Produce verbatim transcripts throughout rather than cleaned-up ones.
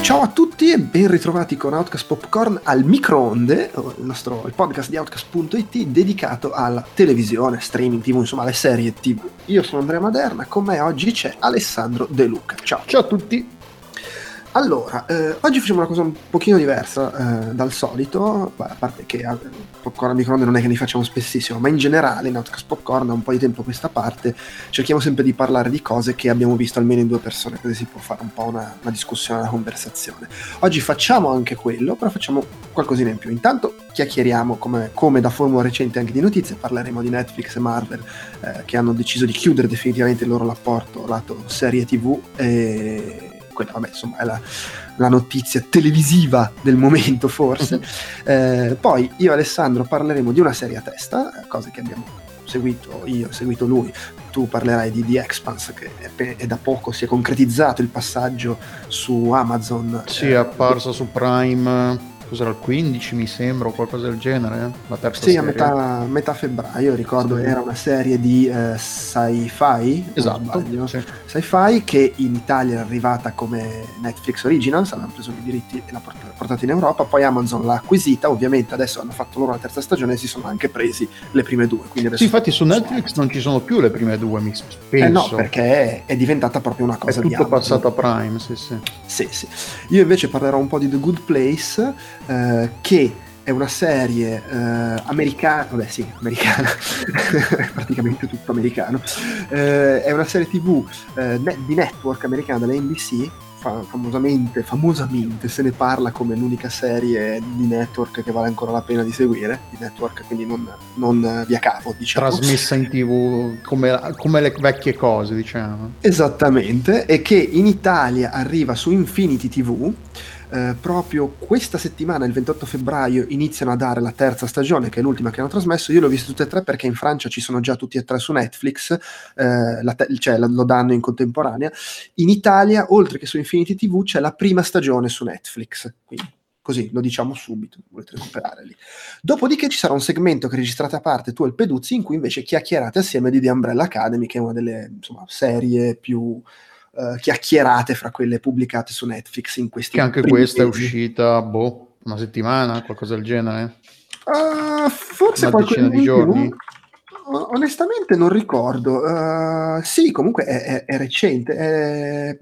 Ciao a tutti e ben ritrovati con Outcast Popcorn al microonde, il nostro il podcast di Outcast punto it dedicato alla televisione, streaming tivù, insomma alle serie tivù. Io sono Andrea Maderna, con me oggi c'è Alessandro De Luca. Ciao. Ciao a tutti. Allora, eh, oggi facciamo una cosa un pochino diversa eh, dal solito, beh, a parte che eh, Popcorn al microonde non è che ne facciamo spessissimo, ma in generale in Outcast Popcorn da un po' di tempo a questa parte cerchiamo sempre di parlare di cose che abbiamo visto almeno in due persone, così si può fare un po' una, una discussione, una conversazione. Oggi facciamo anche quello, però facciamo qualcosina in più. Intanto chiacchieriamo come, come da formula recente anche di notizie, parleremo di Netflix e Marvel eh, che hanno deciso di chiudere definitivamente il loro rapporto lato serie tivù e... quella, vabbè, insomma, è la, la notizia televisiva del momento, forse. eh, poi io e Alessandro parleremo di una serie a testa, cose che abbiamo seguito, io ho seguito lui, tu parlerai di The Expanse, che è, è da poco si è concretizzato il passaggio su Amazon. Sì, è apparsa su Prime, cos'era il quindici mi sembra, o qualcosa del genere, la terza sì, serie. a metà, metà febbraio, ricordo, sì. Era una serie di eh, sci-fi, esatto, sì. sci-fi che in Italia è arrivata come Netflix Originals, hanno preso i diritti e l'ha portata in Europa, poi Amazon l'ha acquisita, ovviamente adesso hanno fatto loro la terza stagione e si sono anche presi le prime due. Quindi adesso sì, infatti su Netflix non ci sono più le prime due, mi penso. Eh no, perché è, è diventata proprio una cosa è di tutto Amazon. passato a Prime, sì, sì. Sì, sì. Io invece parlerò un po' di The Good Place, eh, che è una serie eh, americana, vabbè sì, americana, praticamente tutto americano, eh, è una serie tivù eh, di network americana della N B C, fa- famosamente, famosamente se ne parla come l'unica serie di network che vale ancora la pena di seguire, di network quindi non, non via cavo, diciamo. Trasmessa in tivù come, come le vecchie cose, diciamo. Esattamente, e che in Italia arriva su Infinity tivù. Uh, proprio questa settimana, il ventotto febbraio, iniziano a dare la terza stagione, che è l'ultima che hanno trasmesso. Io le ho viste tutte e tre perché in Francia ci sono già tutti e tre su Netflix, uh, la te- cioè la- lo danno in contemporanea. In Italia, oltre che su Infinity tivù, c'è la prima stagione su Netflix, quindi così lo diciamo subito, volete recuperare lì. Dopodiché ci sarà un segmento che registrate a parte tu e il Peduzzi, in cui invece chiacchierate assieme di The Umbrella Academy, che è una delle, insomma, serie più Uh, chiacchierate fra quelle pubblicate su Netflix in questi che anche primi questa mesi. è uscita boh una settimana, qualcosa del genere, uh, forse una decina di giorni. più. Onestamente non ricordo. Uh, sì, comunque è, è, è recente. È...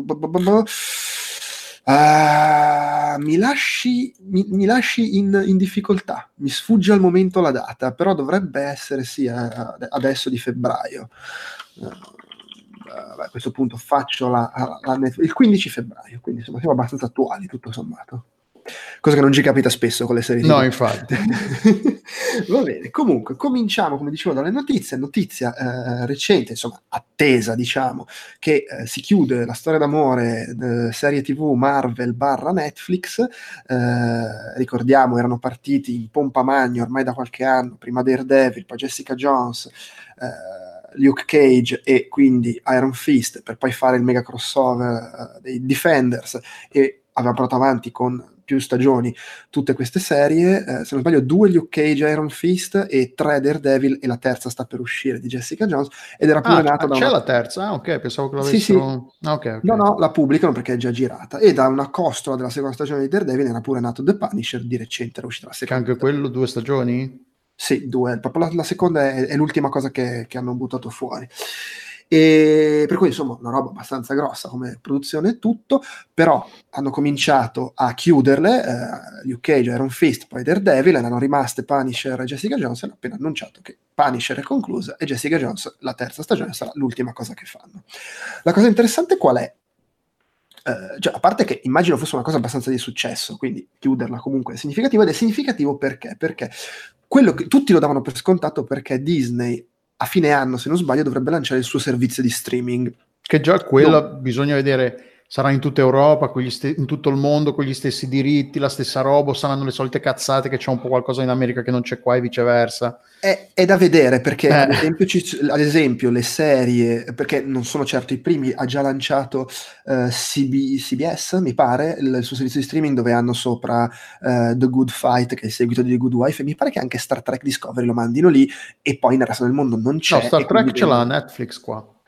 Uh, mi lasci, mi, mi lasci in, in difficoltà. Mi sfugge al momento la data, però dovrebbe essere sì adesso di febbraio. Uh, a questo punto faccio la, la, la il quindici febbraio, quindi insomma siamo abbastanza attuali tutto sommato, cosa che non ci capita spesso con le serie no tivù. infatti. Va bene, comunque cominciamo come dicevo dalle notizie. Notizia eh, recente, insomma attesa, diciamo, che eh, si chiude la storia d'amore eh, serie tivù Marvel barra Netflix. Eh, ricordiamo erano partiti in pompa magna ormai da qualche anno, prima Daredevil, poi Jessica Jones, eh, Luke Cage e quindi Iron Fist, per poi fare il mega crossover uh, dei Defenders, e aveva portato avanti con più stagioni tutte queste serie, eh, se non sbaglio due Luke Cage, Iron Fist e tre Daredevil, e la terza sta per uscire di Jessica Jones, ed era pure ah, nata da c'è una... la terza? Ah, ok, pensavo che l'avessero... Sì, sì. Ah, okay, okay. No, no, la pubblicano perché è già girata, e da una costola della seconda stagione di Daredevil era pure nato The Punisher, di recente era uscita la seconda. Che anche quello due stagioni? Sì, due. Proprio la, la seconda è, è l'ultima cosa che, che hanno buttato fuori. E per cui insomma una roba abbastanza grossa come produzione e tutto, però hanno cominciato a chiuderle, eh, Luke Cage, Iron Fist, poi Daredevil, erano rimaste Punisher e Jessica Jones, hanno appena annunciato che Punisher è conclusa e Jessica Jones la terza stagione sarà l'ultima cosa che fanno. La cosa interessante qual è? Uh, cioè, a parte che immagino fosse una cosa abbastanza di successo, quindi chiuderla comunque è significativo, ed è significativo perché? Perché quello che tutti lo davano per scontato, perché Disney a fine anno, se non sbaglio, dovrebbe lanciare il suo servizio di streaming. Che già quella no. bisogna vedere, sarà in tutta Europa, con gli st- in tutto il mondo, con gli stessi diritti, la stessa roba, saranno le solite cazzate che c'è un po' qualcosa in America che non c'è qua e viceversa. È, è da vedere, perché eh. ad, esempio, ci, ad esempio le serie, perché non sono certo i primi, ha già lanciato uh, C B, C B S, mi pare, il, il suo servizio di streaming, dove hanno sopra uh, The Good Fight, che è il seguito di The Good Wife, e mi pare che anche Star Trek Discovery lo mandino lì, e poi nel resto del mondo non c'è. No, Star Trek ce l'ha Netflix qua.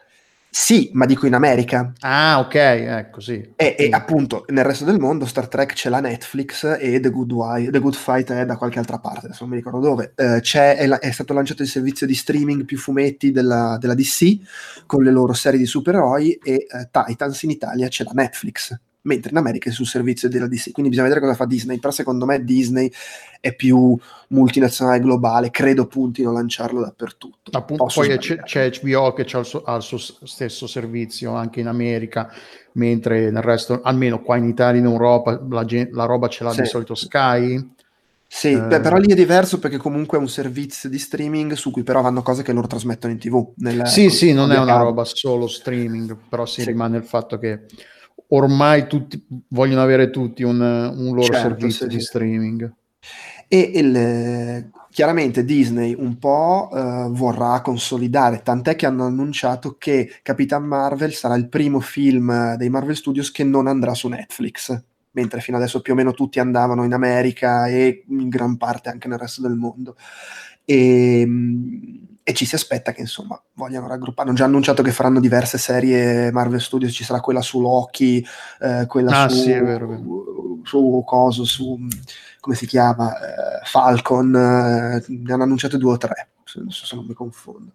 Sì, ma dico in America. Ah, ok, ecco, sì. E, e Mm. appunto nel resto del mondo Star Trek c'è la Netflix e The Good, Wi- The Good Fight è da qualche altra parte, adesso non mi ricordo dove. Eh, c'è, è, la- è stato lanciato il servizio di streaming più fumetti della, della D C con le loro serie di supereroi e eh, Titans in Italia c'è la Netflix, mentre in America è sul servizio della D C, quindi bisogna vedere cosa fa Disney, però secondo me Disney è più multinazionale globale, credo puntino a lanciarlo dappertutto. Appunto, Posso poi c'è, sbagliare. c'è H B O che c'ha il suo- ha il suo s- stesso servizio anche in America, mentre nel resto, almeno qua in Italia, in Europa, la, gen- la roba ce l'ha Sì. di solito Sky. Sì, beh, però Eh, lì è diverso perché comunque è un servizio di streaming su cui però vanno cose che loro trasmettono in T V, nel, sì, con, sì, con non è via una cavo. roba solo streaming, però si Sì, rimane il fatto che ormai tutti vogliono avere tutti un, un loro certo, servizio sì, di sì. streaming. E il, eh, chiaramente Disney un po' eh, vorrà consolidare, tant'è che hanno annunciato che Capitan Marvel sarà il primo film dei Marvel Studios che non andrà su Netflix, mentre fino adesso più o meno tutti andavano in America e in gran parte anche nel resto del mondo. E, e ci si aspetta che insomma vogliano raggruppare. Hanno già annunciato che faranno diverse serie Marvel Studios, ci sarà quella su Loki, eh, quella Ah, sì, è su, vero, è vero. su coso, su come si chiama, eh, Falcon, eh, ne hanno annunciato due o tre, se, se non mi confondo.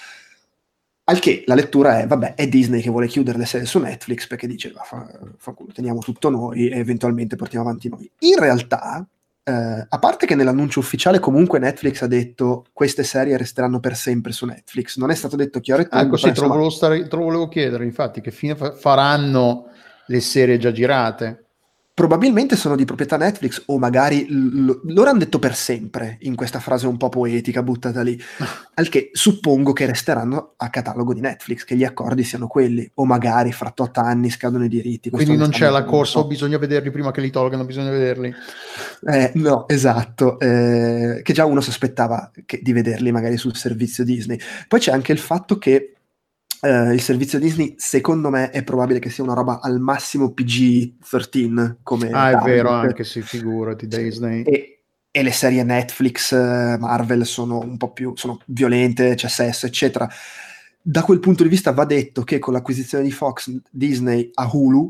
Al che la lettura è, vabbè, è Disney che vuole chiudere le serie su Netflix perché dice, va, fa, fa culo, teniamo tutto noi e eventualmente portiamo avanti noi. In realtà, eh, a parte che nell'annuncio ufficiale comunque Netflix ha detto queste serie resteranno per sempre su Netflix, non è stato detto chiaro e Ah, tondo, ecco, però sì, te lo insomma volevo, stare- te lo volevo chiedere, infatti, che fine fa- faranno le serie già girate? probabilmente sono di proprietà Netflix o magari l- loro hanno detto per sempre in questa frase un po' poetica buttata lì, al che suppongo che resteranno a catalogo di Netflix, che gli accordi siano quelli, o magari fra tot anni scadono i diritti, questo Quindi non c'è la onestamente non lo corsa, o so. bisogna vederli prima che li tolgano, bisogna vederli. Eh, no, esatto, eh, che già uno si aspettava che- di vederli magari sul servizio Disney. Poi c'è anche il fatto che eh, il servizio Disney, secondo me, è probabile che sia una roba al massimo P G tredici come Ah, è vero, target. anche sì, figurati, Sì. Disney. E, e le serie Netflix, eh, Marvel sono un po' più sono violente, c'è sesso, eccetera. Da quel punto di vista va detto che con l'acquisizione di Fox, Disney ha Hulu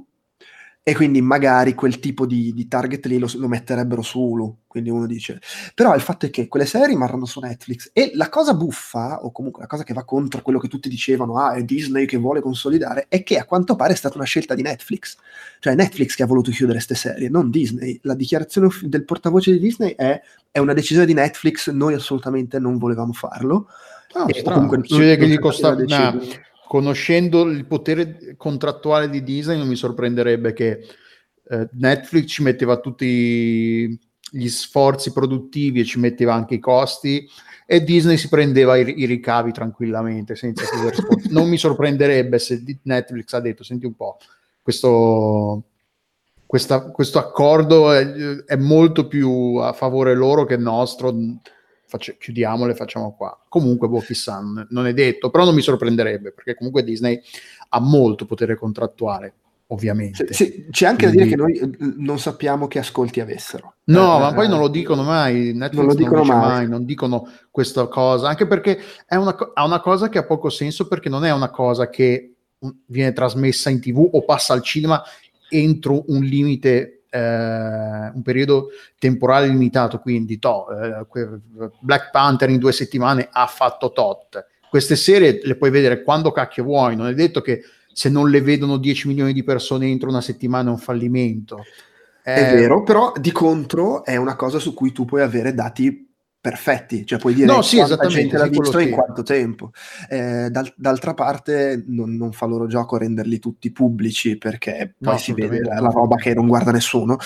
e quindi magari quel tipo di, di target lì lo, lo metterebbero su Hulu, quindi uno dice. Però il fatto è che quelle serie rimarranno su Netflix e la cosa buffa, o comunque la cosa che va contro quello che tutti dicevano, ah, è Disney che vuole consolidare, è che a quanto pare è stata una scelta di Netflix. Cioè è Netflix che ha voluto chiudere queste serie, non Disney. La dichiarazione uff- del portavoce di Disney è è una decisione di Netflix, noi assolutamente non volevamo farlo, Ah, e, o comunque strano. Si non, vede che non gli siamo stati noi a costa... nah, deciderlo. conoscendo il potere contrattuale di Disney, non mi sorprenderebbe che eh, Netflix ci metteva tutti gli sforzi produttivi e ci metteva anche i costi, e Disney si prendeva i, i ricavi tranquillamente, senza chiudere sforzi. Non mi sorprenderebbe se Netflix ha detto, senti un po', questo... Questa, questo accordo è, è molto più a favore loro che il nostro. Faccio, chiudiamole, facciamo qua. Comunque, boh, chissà, non è, non è detto, però non mi sorprenderebbe perché comunque Disney ha molto potere contrattuale, Sì, ovviamente. sì, c'è anche da dire che Quindi, noi eh, non sappiamo che ascolti avessero. Eh, no, ma poi non lo dicono eh, mai. non lo Netflix non lo dicono dice mai. mai, non dicono questa cosa, anche perché è una, co- ha una cosa che ha poco senso, perché non è una cosa che mm, viene trasmessa in T V o passa al cinema entro un limite, eh, un periodo temporale limitato, quindi to, eh, que- Black Panther in due settimane ha fatto tot. Queste serie le puoi vedere quando cacchio vuoi, non è detto che se non le vedono dieci milioni di persone entro una settimana è un fallimento. È Eh, vero, però di contro è una cosa su cui tu puoi avere dati perfetti, cioè puoi no, dire sì, quanta gente esattamente, l'ha sì, quello visto e in sì. quanto tempo. Eh, d'al- d'altra parte non, non fa loro gioco renderli tutti pubblici perché No, poi si vede assolutamente la, la no. roba che non guarda nessuno.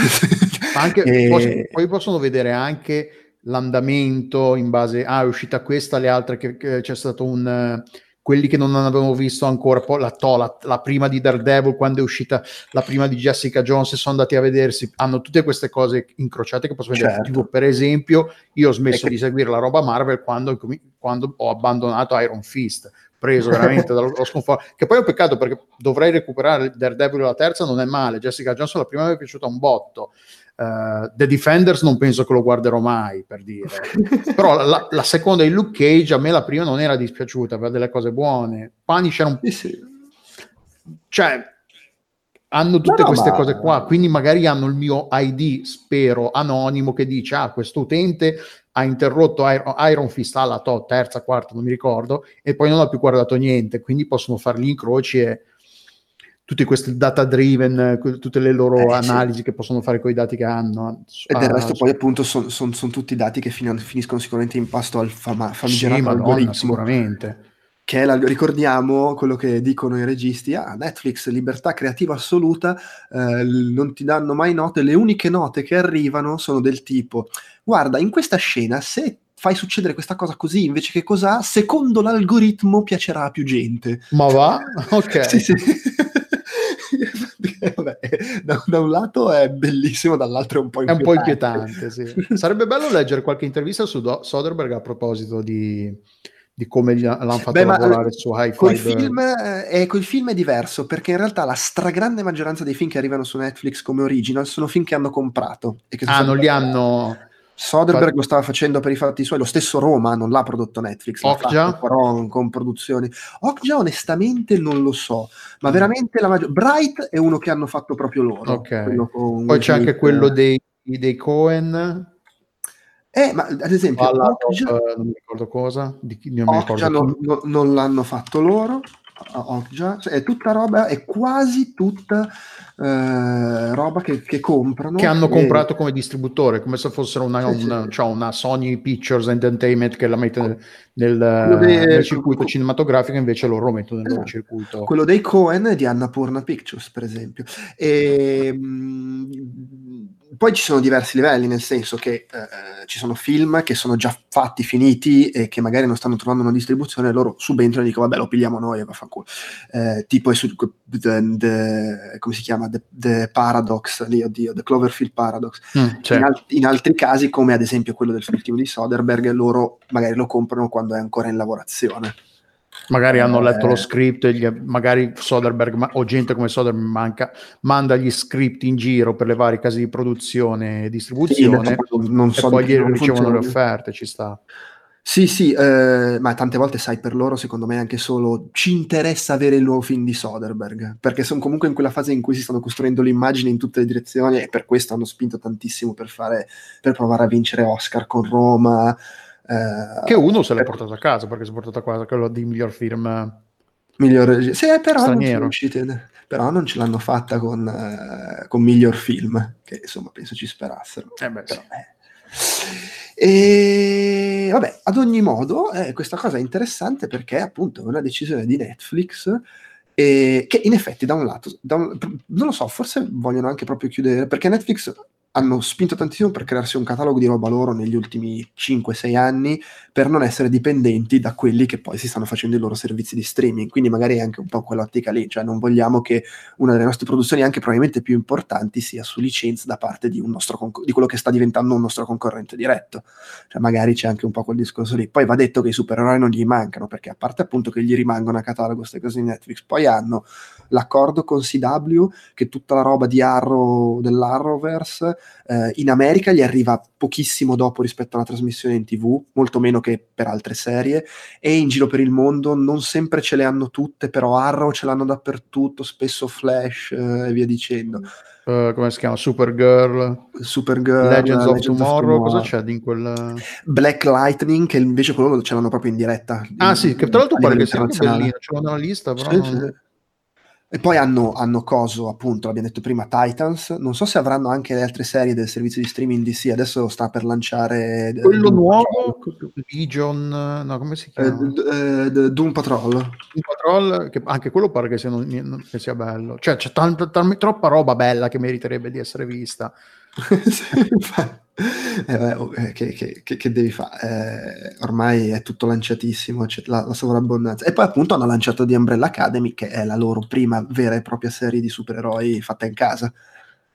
Ma anche, pos- E, poi possono vedere anche l'andamento in base, ah, è uscita questa, le altre che, che c'è stato un... eh, quelli che non avevamo visto ancora, poi la, to, la, la prima di Daredevil, quando è uscita la prima di Jessica Jones, e sono andati a vedersi, hanno tutte queste cose incrociate che possono vedere. Tipo, certo. per esempio, io ho E smesso che- di seguire la roba Marvel quando, quando ho abbandonato Iron Fist, preso veramente dallo sconforto, che poi è un peccato perché dovrei recuperare Daredevil la terza, non è male, Jessica Jones la prima mi è piaciuta un botto, uh, The Defenders non penso che lo guarderò mai, per dire, però la, la seconda di Luke Cage a me la prima non era dispiaciuta, aveva delle cose buone, Punisher un... Sì, sì. cioè hanno tutte no, no, queste ma... cose qua, quindi magari hanno il mio I D, spero, anonimo, che dice, ah, questo utente ha interrotto Iron, Iron Fist alla to, terza, quarta, non mi ricordo, e poi non ha più guardato niente, quindi possono fare gli incroci e tutti questi data driven, tutte le loro eh, analisi sì. che possono fare con i dati che hanno. E del Ah, resto poi appunto sono son, son tutti dati che fin- finiscono sicuramente in pasto al fama- sì, famigerato Madonna, algoritmo. sicuramente. Che è la, ricordiamo quello che dicono i registi, ah, Netflix, libertà creativa assoluta, eh, non ti danno mai note, le uniche note che arrivano sono del tipo, guarda, in questa scena, se fai succedere questa cosa così invece che cos'ha, secondo l'algoritmo piacerà a più gente. Ma va? Ok. Sì, sì. Vabbè, da, da un lato è bellissimo, dall'altro è un po' È un po' inquietante. inquietante, sì. Sarebbe bello leggere qualche intervista su Do- Soderbergh a proposito di, di come gli ha- l'hanno fatto Beh, ma lavorare su High coi Five. film, eh, è, coi film è diverso, perché in realtà la stragrande maggioranza dei film che arrivano su Netflix come original sono film che hanno comprato e che sono Ah, stati non li cancellati. hanno... Soderbergh fa- lo stava facendo per i fatti suoi, lo stesso Roma non l'ha prodotto Netflix, l'ha Okja? fatto però con produzioni. Okja onestamente non lo so, ma Mm. veramente la maggior... Bright è uno che hanno fatto proprio loro, quello Ok. con Poi Will c'è anche Smith. quello dei, dei Cohen, Eh, ma ad esempio Ballad of, Okja eh, non mi ricordo cosa, di chi- non mi Okja ricordo chi. non, non- non l'hanno fatto loro, Okja, cioè, è tutta roba, è quasi tutta eh, roba che, che comprano. Che hanno Che, comprato come distributore, come se fossero una, sì, sì, una, sì. cioè una Sony Pictures Entertainment che la mette nel, Quello nel- nel dei, circuito cinematografico, invece loro mettono nel loro esatto. circuito. Quello dei Cohen è di Annapurna Pictures, per esempio. E, mh, poi ci sono diversi livelli, nel senso che eh, ci sono film che sono già fatti, finiti e che magari non stanno trovando una distribuzione, loro subentrano e dicono vabbè lo pigliamo noi e vaffanculo. Eh, tipo è su, the, the, come si chiama? The, the Paradox, lì, oddio, The Cloverfield Paradox. Mm, sì. In, al- in altri casi, come ad esempio quello del film di Soderbergh, loro magari lo comprano quando è ancora in lavorazione. Magari hanno letto lo Eh, script, e gli- magari Soderbergh ma- o gente come Soderbergh manca, manda gli script in giro per le varie case di produzione e sì, no, distribuzione non, non e so di poi più gli come ricevono le funziona. offerte, ci sta. Sì, sì, eh, ma tante volte sai, per loro secondo me anche solo ci interessa avere il nuovo film di Soderbergh, perché sono comunque in quella fase in cui si stanno costruendo l'immagine in tutte le direzioni e per questo hanno spinto tantissimo per fare, per provare a vincere Oscar con Roma. eh, Che uno se l'è per- portato a casa, perché si è portato a casa quello di miglior film Miglior regia. Sì, eh, però non sono straniero. riusciti, però non ce l'hanno fatta con, eh, con miglior film, che insomma penso ci sperassero. Eh beh, sì. Però, eh. E vabbè, ad ogni modo, eh, questa cosa è interessante perché appunto è una decisione di Netflix e che in effetti da un lato, da un- non lo so, forse vogliono anche proprio chiudere, perché Netflix hanno spinto tantissimo per crearsi un catalogo di roba loro negli ultimi cinque sei anni per non essere dipendenti da quelli che poi si stanno facendo i loro servizi di streaming, quindi magari è anche un po' quell'ottica lì, cioè non vogliamo che una delle nostre produzioni anche probabilmente più importanti sia su licenza da parte di, un nostro conc- di quello che sta diventando un nostro concorrente diretto, cioè magari c'è anche un po' quel discorso lì. Poi va detto che i supereroi non gli mancano, perché a parte appunto che gli rimangono a catalogo queste cose di Netflix, poi hanno l'accordo con C W che tutta la roba di Arrow, dell'Arrowverse eh, in America gli arriva pochissimo dopo rispetto alla trasmissione in tv, molto meno che per altre serie, e in giro per il mondo non sempre ce le hanno tutte, però Arrow ce l'hanno dappertutto, spesso Flash eh, e via dicendo. Uh, come si chiama? Supergirl, Supergirl, Legends of Legends of Tomorrow, cosa Tomorrow, c'è in quel... Black Lightning, che invece quello ce l'hanno proprio in diretta Ah in- sì, che tra l'altro a pare livello che sia anche bellino, internazionale. ce l'ho nella lista, però Sì, sì, non... sì. E poi hanno, hanno coso, appunto, l'abbiamo detto prima, Titans. Non so se avranno anche le altre serie del servizio di streaming D C. Adesso sta per lanciare eh, Quello Doom Patrol. nuovo, Legion, no, come si Eh, chiama? d- eh, d- Doom Patrol. Un Patrol, che anche quello pare che sia, non- non- che sia bello. Cioè c'è tanta, tal- troppa roba bella che meriterebbe di essere vista. Sì, infatti. Eh, beh, oh, eh, che, che- che- che devi fare? Eh, ormai è tutto lanciatissimo, c'è la, la sovrabbondanza. E poi appunto hanno lanciato The Umbrella Academy, che è la loro prima vera e propria serie di supereroi fatta in casa.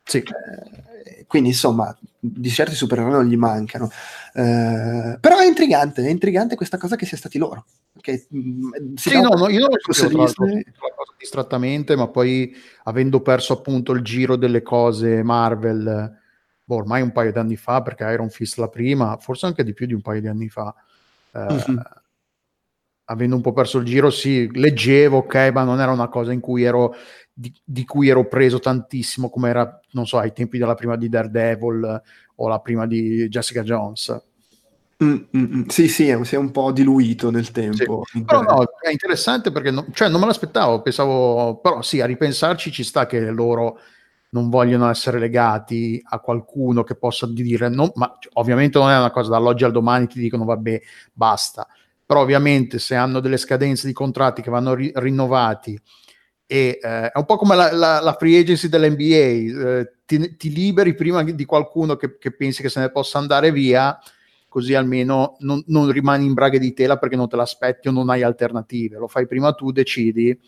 Sì. Eh, quindi insomma di certi supereroi non gli mancano, eh, però è intrigante è intrigante questa cosa che sia stati loro che mh, si Sì, dà no, no, io non lo sapevo tra l'altro, Disney. la cosa distrattamente, ma poi avendo perso appunto il giro delle cose Marvel, boh, ormai un paio di anni fa, perché Iron Fist la prima, forse anche di più di un paio di anni fa, eh, Mm-hmm. avendo un po' perso il giro, sì, leggevo, ok, ma non era una cosa in cui ero di, di cui ero preso tantissimo, come era, non so, ai tempi della prima di Daredevil o la prima di Jessica Jones. Mm, mm, mm. Sì, sì, è- si è un po' diluito nel Sì. tempo. Però Interesse. no, è interessante perché no, cioè non me l'aspettavo, pensavo, però sì, a ripensarci ci sta che loro non vogliono essere legati a qualcuno che possa dire, no, ma ovviamente non è una cosa dall'oggi al domani ti dicono vabbè, basta, però ovviamente se hanno delle scadenze di contratti che vanno ri- rinnovati e eh, è un po' come la, la, la free agency dell'N B A, eh, ti, ti liberi prima di qualcuno che, che pensi che se ne possa andare via, così almeno non, non rimani in braghe di tela perché non te l'aspetti o non hai alternative, lo fai prima tu, decidi,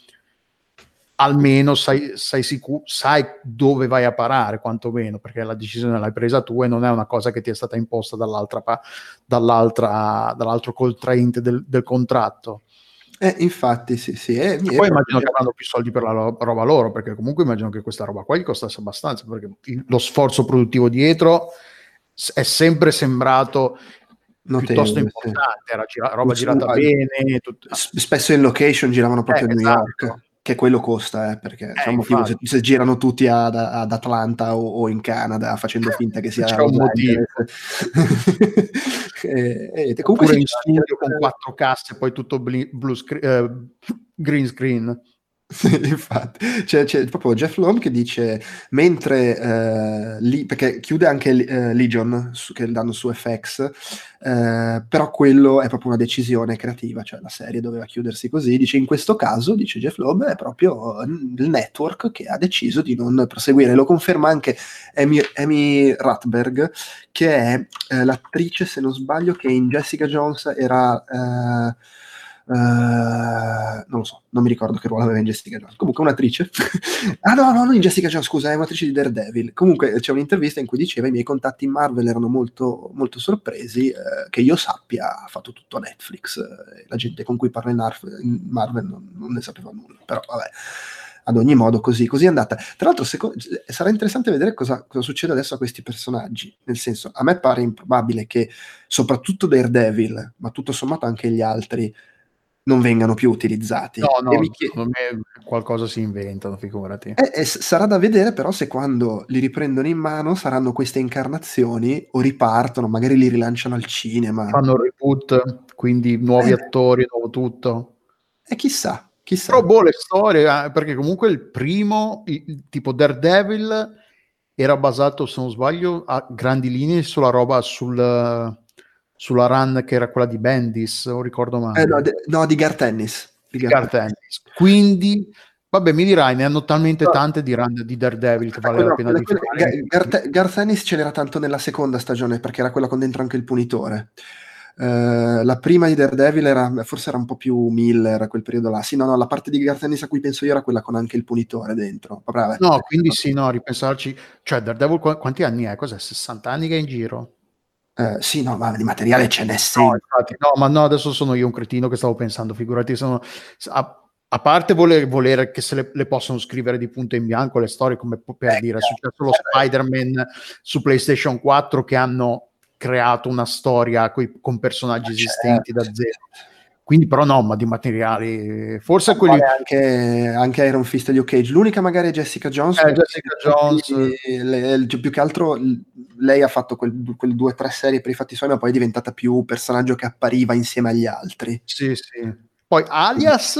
almeno sai, sai, sicuro, sai dove vai a parare quantomeno, perché la decisione l'hai presa tu e non è una cosa che ti è stata imposta dall'altra, dall'altra, dall'altro contraente del, del contratto. Eh, infatti, sì, sì. È, E è poi proprio... immagino che avranno più soldi per la ro- roba loro, perché comunque immagino che questa roba qua gli costasse abbastanza, perché il- lo sforzo produttivo dietro s- è sempre sembrato piuttosto notevole, sì. importante, era gira- roba girata Ah, bene, tut- ah, s- spesso in location giravano eh, proprio a New esatto, York, che quello costa, eh, perché c'è eh, un motivo se, infatti, se girano tutti ad, ad Atlanta o, o in Canada facendo finta che sia a c'è un Los motivo. Angeles. e, e, comunque Oppure sì, in studio con quattro casse, poi tutto bli- blue screen, eh, green screen. sì, infatti c'è, c'è proprio Jeff Lone che dice mentre eh, lì, perché chiude anche eh, Legion su, che danno su F X, eh, però quello è proprio una decisione creativa, cioè la serie doveva chiudersi così, dice in questo caso, dice Jeff Lone, è proprio il network che ha deciso di non proseguire, lo conferma anche Amy, Amy Ratberg, che è eh, l'attrice, se non sbaglio, che in Jessica Jones era eh, Uh, non lo so, non mi ricordo che ruolo aveva in Jessica Jones. Comunque un'attrice. ah no, no, non in Jessica Jones, scusa, è un'attrice di Daredevil. Comunque c'è un'intervista in cui diceva i miei contatti in Marvel erano molto, molto sorpresi, eh, che io sappia ha fatto tutto Netflix. Eh, la gente con cui parla in, Arf- in Marvel non, non ne sapeva nulla, però vabbè. Ad ogni modo così, così è andata. Tra l'altro secondo, sarà interessante vedere cosa, cosa succede adesso a questi personaggi. Nel senso, a me pare improbabile che soprattutto Daredevil, ma tutto sommato anche gli altri, non vengano più utilizzati. No, E mi no, chie- secondo me qualcosa si inventano, figurati. e- e s- sarà da vedere però se quando li riprendono in mano saranno queste incarnazioni o ripartono, magari li rilanciano al cinema. Fanno il reboot, quindi nuovi Eh, attori, nuovo tutto. e chissà, Però chissà. boh, le storie, eh, perché comunque il primo, il- il tipo Daredevil, era basato, se non sbaglio, a grandi linee sulla roba, sul, sulla run che era quella di Bendis, o ricordo Eh, no, male, de- no, di Garth Ennis. Di di Garth Garth Ennis. Ennis. Quindi, vabbè, mi dirai, ne hanno talmente No, tante di run di Daredevil che aspetta, vale la quello- pena quella- di quella- fare. Ga- Garth, Garth Ennis ce n'era tanto nella seconda stagione perché era quella con dentro anche il punitore. Eh, la prima di Daredevil era, forse era un po' più Miller, quel periodo là. Sì, no, no, la parte di Garth Ennis a cui penso io era quella con anche il punitore dentro. Vabbè, No, quindi sì, no, ripensarci, cioè Daredevil qu- quanti anni è? Cos'è? sessanta anni che è in giro? eh, sì, no, ma di materiale ce n'è No, sempre. infatti, no, ma no, adesso sono io un cretino che stavo pensando, figurati, sono, a, a parte voler, volere che se le, le possono scrivere di punto in bianco le storie, come p- per Eh, dire, è successo lo eh, beh, Spider-Man su PlayStation quattro che hanno creato una storia coi- con ma personaggi esistenti certo, da sì, zero. sì. Quindi però no, ma di materiali, forse Ma quelli... vale anche, anche Iron Fist e Luke Cage. L'unica magari è Jessica Jones, Eh, perché Jessica tutti, Jones, le- le- più che altro l- lei ha fatto quel, quelle due o tre serie per i fatti suoi, ma poi è diventata più personaggio che appariva insieme agli altri. sì, sì. Poi Alias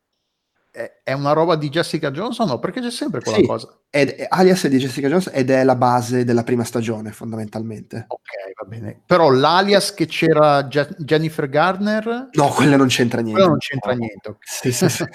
è, è una roba di Jessica Jones o no? Perché c'è sempre quella Sì, cosa. ed, alias è di Jessica Jones ed è la base della prima stagione, fondamentalmente. Ok, va bene. Però l'alias che c'era Je- Jennifer Garner, No, quella non c'entra quello niente. non c'entra No. niente. Ok. Sì, sì, sì.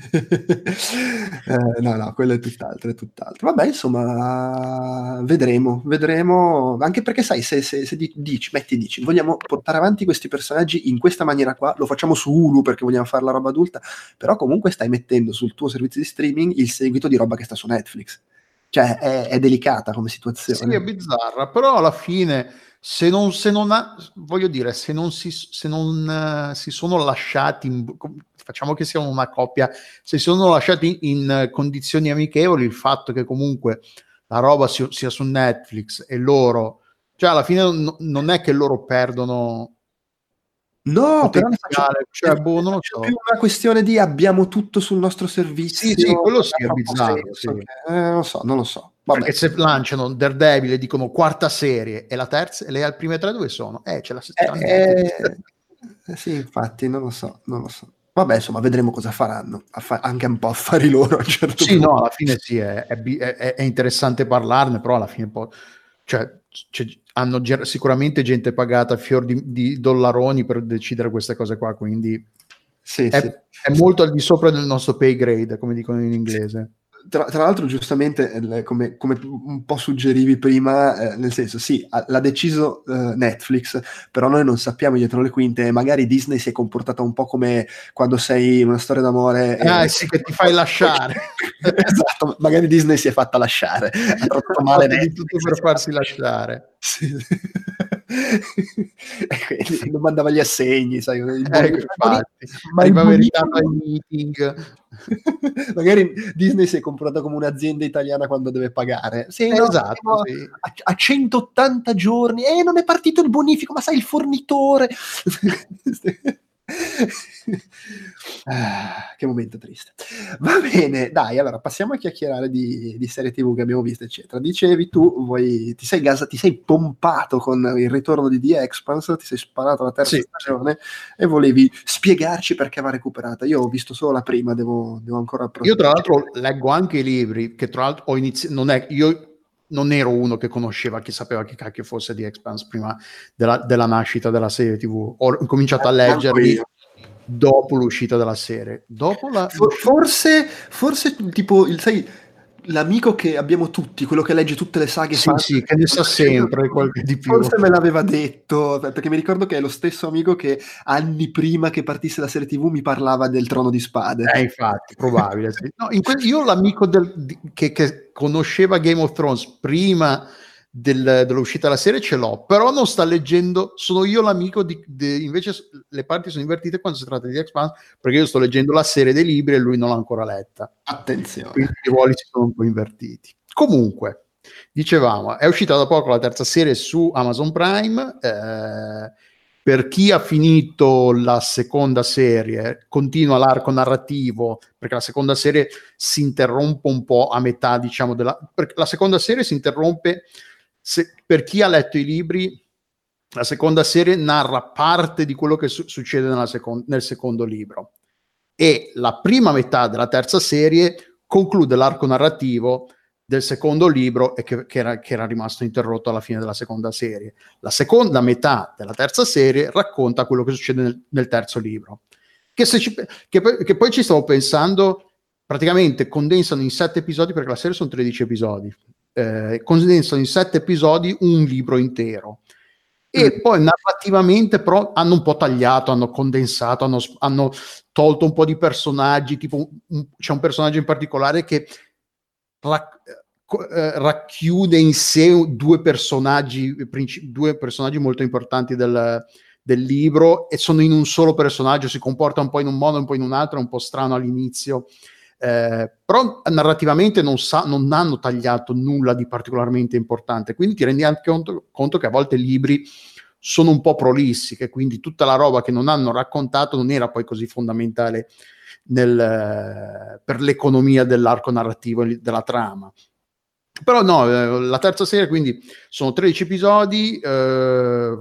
Eh, no, no, quello è tutt'altro, è tutt'altro. Vabbè, insomma, vedremo, vedremo, anche perché sai, se, se, se di- dici, metti, dici, vogliamo portare avanti questi personaggi in questa maniera qua, lo facciamo su Hulu perché vogliamo fare la roba adulta, però comunque stai mettendo sul tuo servizio di streaming il seguito di roba che sta su Netflix. Cioè, è, è delicata come Sì, situazione. è bizzarra, però alla fine, se non, se non ha, voglio dire, se non si, se non, eh, si sono lasciati, in- facciamo che siano una coppia, se si sono lasciati in, in, eh, condizioni amichevoli, il fatto che comunque la roba sia, sia su Netflix e loro, cioè alla fine non, non è che loro perdono No, però ne faccio, potenziale, ne- cioè, boh, ne non lo faccio più so. una questione di abbiamo tutto sul nostro Sì, sì, servizio, quello non sì, ha è troppo bizzarro, senso. sì. Che, eh, non lo so, non lo so. Perché Vabbè. se lanciano Daredevil e dicono quarta serie e la terza, e le prime tre dove sono? Eh, c'è la Eh, c'è Netflix. eh, eh, sì, infatti, non lo so, non lo so. Vabbè, insomma, vedremo cosa faranno, affa- anche un po' affari loro a un certo Sì, punto. no, alla fine sì, è, è bi- è- è interessante parlarne, però alla fine poi, cioè, c'è- hanno ge- sicuramente gente pagata a fior di, di dollaroni per decidere queste cose qua, quindi Sì, è, sì. è molto al di sopra del nostro pay grade, come dicono in Sì. inglese. Tra, tra l'altro, giustamente, eh, come, come un po' suggerivi prima, eh, nel senso, sì, ha- l'ha deciso eh, Netflix, però noi non sappiamo dietro le quinte, magari Disney si è comportata un po' come quando sei in una storia d'amore e... Ah, sì, che ti fai lasciare. Esatto, magari Disney si è fatta lasciare, ha trattato Ha male fatto di tutto Netflix. per farsi lasciare. Sì. E quindi non mandava gli assegni, sai, il boni- Ecco, boni- infatti, ma il arrivava in ritardo ai bonifico... meeting. Magari Disney si è comportata come un'azienda italiana quando deve pagare. Sì, no, Esatto, siamo sì. a, a centottanta giorni e eh, non è partito il bonifico, ma sai il fornitore. Ah, che momento triste. Va bene, dai, allora passiamo a chiacchierare di, di serie tivù che abbiamo visto, eccetera. Dicevi tu, vuoi, ti sei gasa, ti sei pompato con il ritorno di The Expanse, ti sei sparato la terza Sì, stagione e volevi spiegarci perché va recuperata. Io ho visto solo la prima, devo, devo ancora... io tra l'altro leggo anche i libri, che tra l'altro ho iniziato, non è, io non ero uno che conosceva, che sapeva che cacchio fosse The Expanse prima della, della nascita della serie tivù. Ho cominciato a Manco leggerli io. dopo l'uscita della serie. Dopo la, For- l'uscita... forse, forse tipo, il, sai, l'amico che abbiamo tutti, quello che legge tutte le saghe Sì, fantasy, sì, che ne sa sempre qualche di più. forse me l'aveva detto, perché mi ricordo che è lo stesso amico che anni prima che partisse la serie tivù mi parlava del Trono di Spade. Eh, infatti, probabile. Sì. No, in que- io l'amico del- di- che, che conosceva Game of Thrones prima del- dell'uscita della serie ce l'ho, però non sta leggendo, sono io l'amico di, di- invece s- le parti sono invertite quando si tratta di Expanse, perché io sto leggendo la serie dei libri e lui non l'ha ancora letta. Attenzione. Quindi i ruoli si sono un po' invertiti. Comunque, dicevamo, è uscita da poco la terza serie su Amazon Prime. eh, per chi ha finito la seconda serie, continua l'arco narrativo, perché la seconda serie si interrompe un po' a metà, diciamo, della... perché la seconda serie si interrompe, se... per chi ha letto i libri, la seconda serie narra parte di quello che su- succede nella secon- nel secondo libro. E la prima metà della terza serie conclude l'arco narrativo del secondo libro e che, che, era, che era rimasto interrotto alla fine della seconda serie. La seconda metà della terza serie racconta quello che succede nel, nel terzo libro. Che, se ci, che, poi, che poi ci stavo pensando, praticamente condensano in sette episodi, perché la serie sono tredici episodi, eh, condensano in sette episodi un libro intero. E Mm. poi narrativamente però hanno un po' tagliato, hanno condensato, hanno, hanno tolto un po' di personaggi, tipo un, un, c'è un personaggio in particolare che rac- eh, racchiude in sé due personaggi, princi- due personaggi molto importanti del, del libro e sono in un solo personaggio, si comporta un po' in un modo, un po' in un altro, è un po' strano all'inizio. Eh, però narrativamente non, sa, non hanno tagliato nulla di particolarmente importante, quindi ti rendi anche conto, conto che a volte i libri sono un po' prolissi, che quindi tutta la roba che non hanno raccontato non era poi così fondamentale nel, per l'economia dell'arco narrativo della trama. Però no, eh, la terza serie quindi sono tredici episodi, eh,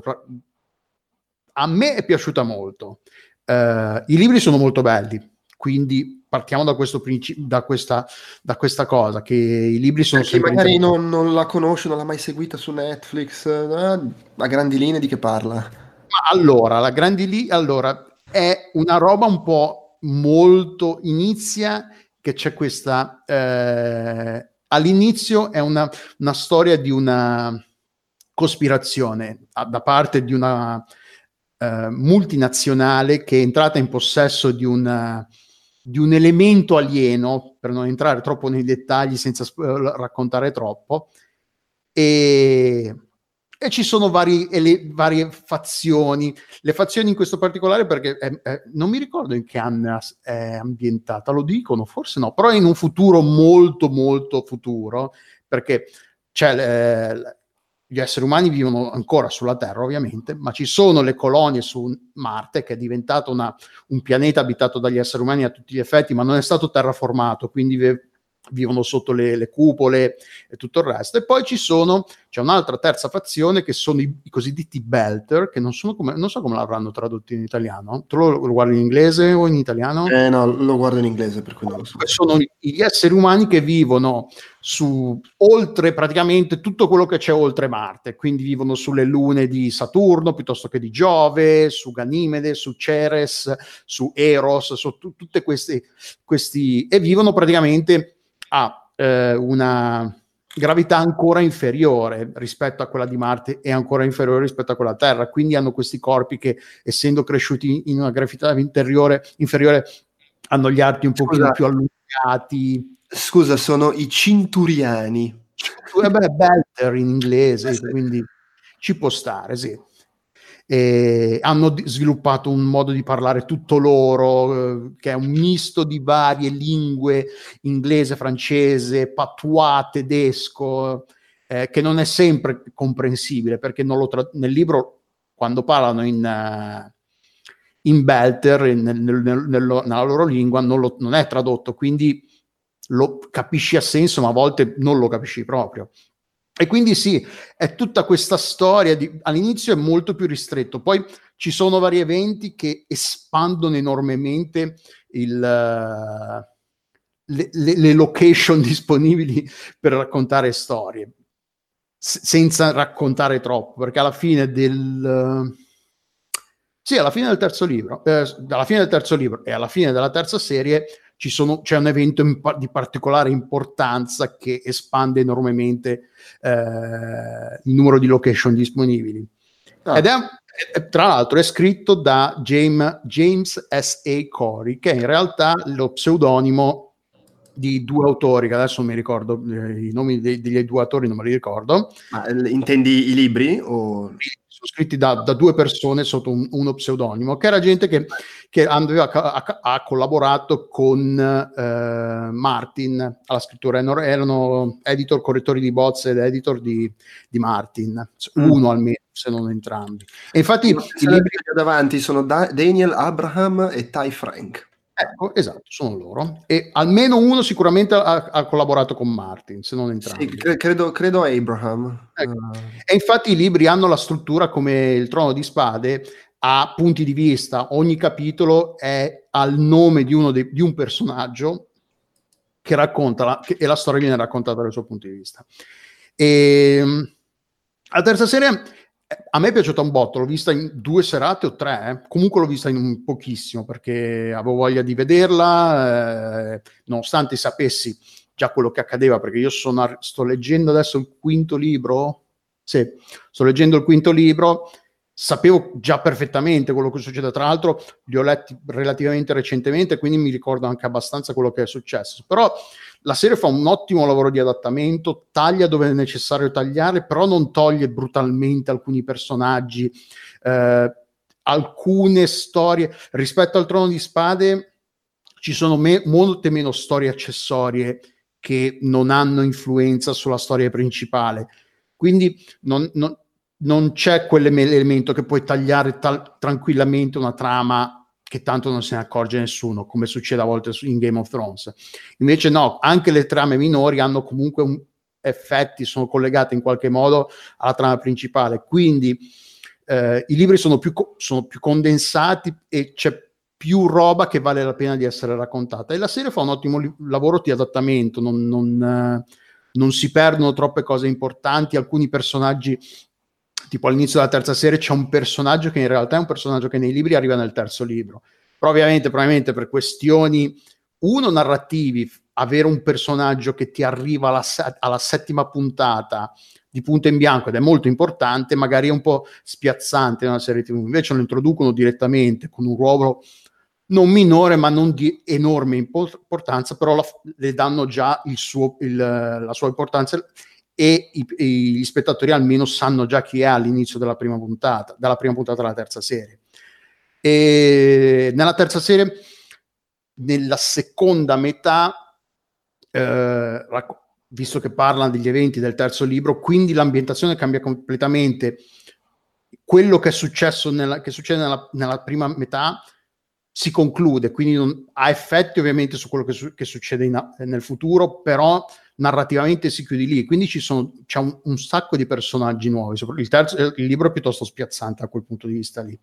a me è piaciuta molto, eh, i libri sono molto belli, quindi partiamo da questo principio, da questa, da questa cosa, che i libri sono Per chi sempre magari interessanti. non, non la conosce, non l'ha mai seguita su Netflix, eh, a grandi linee di che parla? Ma allora, la grandi lì, allora, è una roba un po' molto inizia, che c'è questa, eh, all'inizio è una, una storia di una cospirazione a, da parte di una eh, multinazionale che è entrata in possesso di, una, di un elemento alieno, per non entrare troppo nei dettagli senza sp- raccontare troppo, e, e ci sono vari, e le varie fazioni, le fazioni in questo particolare, perché è, è, non mi ricordo in che anno è ambientata, lo dicono, forse no, però è in un futuro molto molto futuro, perché c'è le, gli esseri umani vivono ancora sulla Terra ovviamente, ma ci sono le colonie su Marte, che è diventato una, un pianeta abitato dagli esseri umani a tutti gli effetti, ma non è stato terraformato, quindi ve, vivono sotto le, le cupole e tutto il resto. E poi ci sono, c'è un'altra terza fazione che sono i, i cosiddetti Belter, che non sono come, non so come l'avranno tradotto in italiano. Tu lo, lo guardi in inglese o in italiano? Eh no, lo guardo in inglese, per cui non lo so. Sono gli esseri umani che vivono su oltre praticamente tutto quello che c'è oltre Marte, quindi vivono sulle lune di Saturno piuttosto che di Giove, su Ganimede, su Ceres, su Eros, su t- tutte queste questi, e vivono praticamente a eh, una gravità ancora inferiore rispetto a quella di Marte e ancora inferiore rispetto a quella della Terra, quindi hanno questi corpi che, essendo cresciuti in una gravità interiore, inferiore, hanno gli arti un pochino più allungati. Scusa, sono i cinturiani. Eh beh, Belter in inglese, Eh sì. quindi ci può stare, sì. E hanno di- sviluppato un modo di parlare tutto loro, eh, che è un misto di varie lingue, inglese, francese, patois, tedesco, eh, che non è sempre comprensibile, perché non lo tra- nel libro, quando parlano in... Uh, in Belter, nel, nel, nel, nella loro lingua, non, lo, non è tradotto, quindi lo capisci a senso, ma a volte non lo capisci proprio. E quindi sì, è tutta questa storia, di, all'inizio è molto più ristretto, poi ci sono vari eventi che espandono enormemente il, le, le, le location disponibili per raccontare storie, s- senza raccontare troppo, perché alla fine del... Sì, alla fine del terzo libro, eh, alla fine del terzo libro e alla fine della terza serie ci sono, c'è un evento pa- di particolare importanza che espande enormemente eh, il numero di location disponibili. Ah. Ed è, è, tra l'altro, è scritto da James, James S A Corey, che è in realtà lo pseudonimo di due autori, che adesso non mi ricordo, eh, i nomi dei, degli due autori non me li ricordo. Ma intendi i libri? O... Sono scritti da, da due persone sotto un, uno pseudonimo, che era gente che, che aveva, ha, ha collaborato con eh, Martin alla scrittura, erano editor, correttori di bozze ed editor di, di Martin, uno mm. almeno, se non entrambi. E infatti i libri che ho davanti sono da- Daniel Abraham e Ty Frank. Ecco, esatto, sono loro. E almeno uno sicuramente ha, ha collaborato con Martin, se non entrambi. Sì, cre- credo, credo Abraham. Ecco. Uh. E infatti i libri hanno la struttura come il Trono di Spade, a punti di vista. Ogni capitolo è al nome di uno de- di un personaggio che racconta la, che, e la storia viene raccontata dal suo punto di vista. E la terza serie a me è piaciuta un botto, l'ho vista in due serate o tre, eh. Comunque l'ho vista in un pochissimo perché avevo voglia di vederla, eh, nonostante sapessi già quello che accadeva, perché io sono, sto leggendo adesso il quinto libro, sì, sto leggendo il quinto libro, sapevo già perfettamente quello che succede, tra l'altro li ho letti relativamente recentemente, quindi mi ricordo anche abbastanza quello che è successo, però la serie fa un ottimo lavoro di adattamento, taglia dove è necessario tagliare, però non toglie brutalmente alcuni personaggi, eh, alcune storie. Rispetto al Trono di Spade ci sono me- molte meno storie accessorie che non hanno influenza sulla storia principale, quindi non, non, non c'è quell'elemento che puoi tagliare tal- tranquillamente una trama che tanto non se ne accorge nessuno, come succede a volte in Game of Thrones. Invece no, anche le trame minori hanno comunque un, effetti, sono collegate in qualche modo alla trama principale, quindi eh, i libri sono più, sono più condensati e c'è più roba che vale la pena di essere raccontata, e la serie fa un ottimo li- lavoro di adattamento, non, non, eh, non si perdono troppe cose importanti, alcuni personaggi, tipo all'inizio della terza serie c'è un personaggio che in realtà è un personaggio che nei libri arriva nel terzo libro, però ovviamente probabilmente per questioni uno narrativi, avere un personaggio che ti arriva alla, se- alla settima puntata di punto in bianco ed è molto importante, magari è un po' spiazzante in una serie tivù, invece lo introducono direttamente con un ruolo non minore, ma non di enorme importanza, però la, le danno già il suo, il, la sua importanza, e i, i, gli spettatori almeno sanno già chi è all'inizio della prima puntata, dalla prima puntata alla terza serie. E nella terza serie, nella seconda metà, eh, visto che parlano degli eventi del terzo libro, quindi l'ambientazione cambia completamente. Quello che è successo nella, che succede nella, nella prima metà si conclude, quindi non, ha effetti ovviamente su quello che, su, che succede in, nel futuro, però narrativamente si chiude lì, quindi ci sono, c'è un, un sacco di personaggi nuovi. Il, terzo, il libro è piuttosto spiazzante da quel punto di vista lì.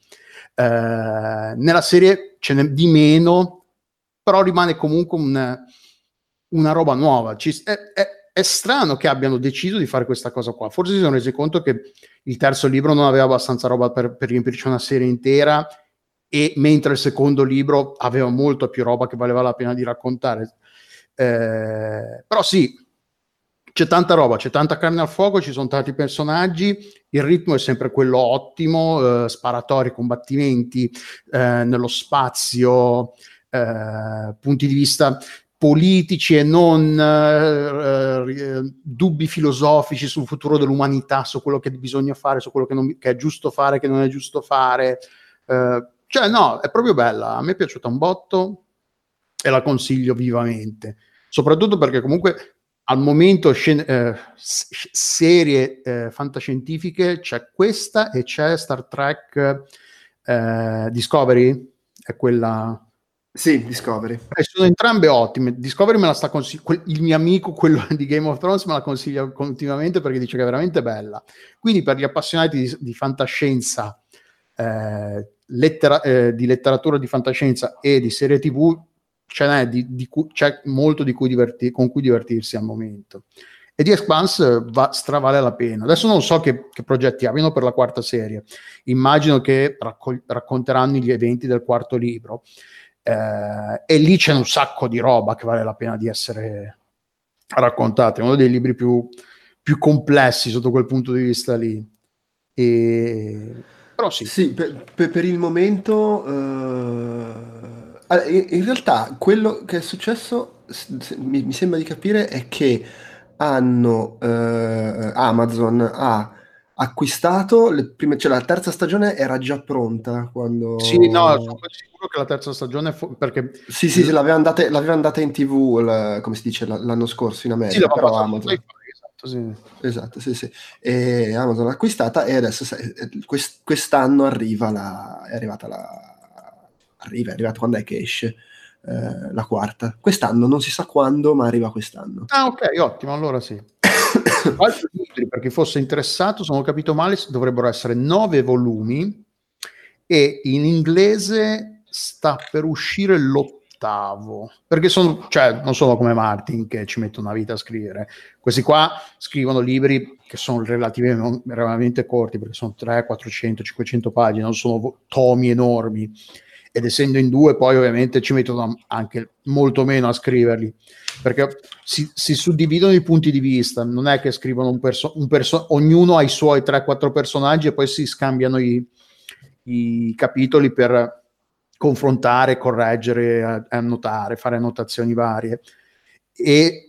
Eh, nella serie ce n'è di meno, però rimane comunque un, una roba nuova. Ci, è, è, è strano che abbiano deciso di fare questa cosa qua. Forse si sono resi conto che il terzo libro non aveva abbastanza roba per, per riempirci una serie intera, e mentre il secondo libro aveva molto più roba che valeva la pena di raccontare. Eh, però sì, c'è tanta roba, c'è tanta carne al fuoco, ci sono tanti personaggi, il ritmo è sempre quello ottimo, eh, sparatori, combattimenti, eh, nello spazio, eh, punti di vista politici e non eh, eh, dubbi filosofici sul futuro dell'umanità, su quello che bisogna fare, su quello che, non, che è giusto fare, che non è giusto fare. Eh, cioè no, è proprio bella, a me è piaciuta un botto e la consiglio vivamente, soprattutto perché comunque al momento scen- eh, s- serie eh, fantascientifiche c'è questa e c'è Star Trek eh, Discovery, è quella... Sì, Discovery. Eh, sono entrambe ottime. Discovery me la sta consigliando, il mio amico, quello di Game of Thrones, me la consiglia continuamente perché dice che è veramente bella. Quindi per gli appassionati di, di fantascienza, eh, lettera, eh, di letteratura di fantascienza e di serie tv, ce n'è, di, di cui, c'è molto di cui divertir, con cui divertirsi al momento. E The Expanse va, stravale la pena. Adesso non so che, che progetti abbiano per la quarta serie. Immagino che raccol- racconteranno gli eventi del quarto libro. Eh, e lì c'è un sacco di roba che vale la pena di essere raccontata. È uno dei libri più, più complessi sotto quel punto di vista lì. E... però sì. Sì, per, per- per il momento, eh, in, in realtà quello che è successo, s- se- mi, mi sembra di capire, è che hanno, eh, Amazon ha acquistato le prime, cioè la terza stagione era già pronta Sì, no, sono quando... quasi sicuro che la terza stagione, fu- perché Sì, sì, l- sì, l'aveva andata, l'aveva andata in T V, la- come si dice, la- l'anno scorso in sì, America, l'aveva però passato su Amazon... Sci-Fi, esatto, sì. Esatto, sì, sì. E Amazon l'ha acquistata e adesso sai, quest- quest'anno arriva la... è arrivata la... arriva, è arrivata quando è che esce eh, la quarta. Quest'anno, non si sa quando, ma arriva quest'anno. Ah, ok, ottimo, allora sì. Altri libri, per chi fosse interessato, se non ho capito male, dovrebbero essere nove volumi e in inglese sta per uscire l'ottavo, perché sono, cioè, non sono come Martin che ci mette una vita a scrivere. Questi qua scrivono libri che sono relativamente, relativamente corti, perché sono trecento, quattrocento, cinquecento pagine, non sono tomi enormi, ed essendo in due poi ovviamente ci mettono anche molto meno a scriverli, perché si, si suddividono i punti di vista, non è che scrivono un perso- un perso- ognuno ha i suoi tre quattro personaggi e poi si scambiano i, i capitoli per confrontare, correggere, annotare, fare annotazioni varie. E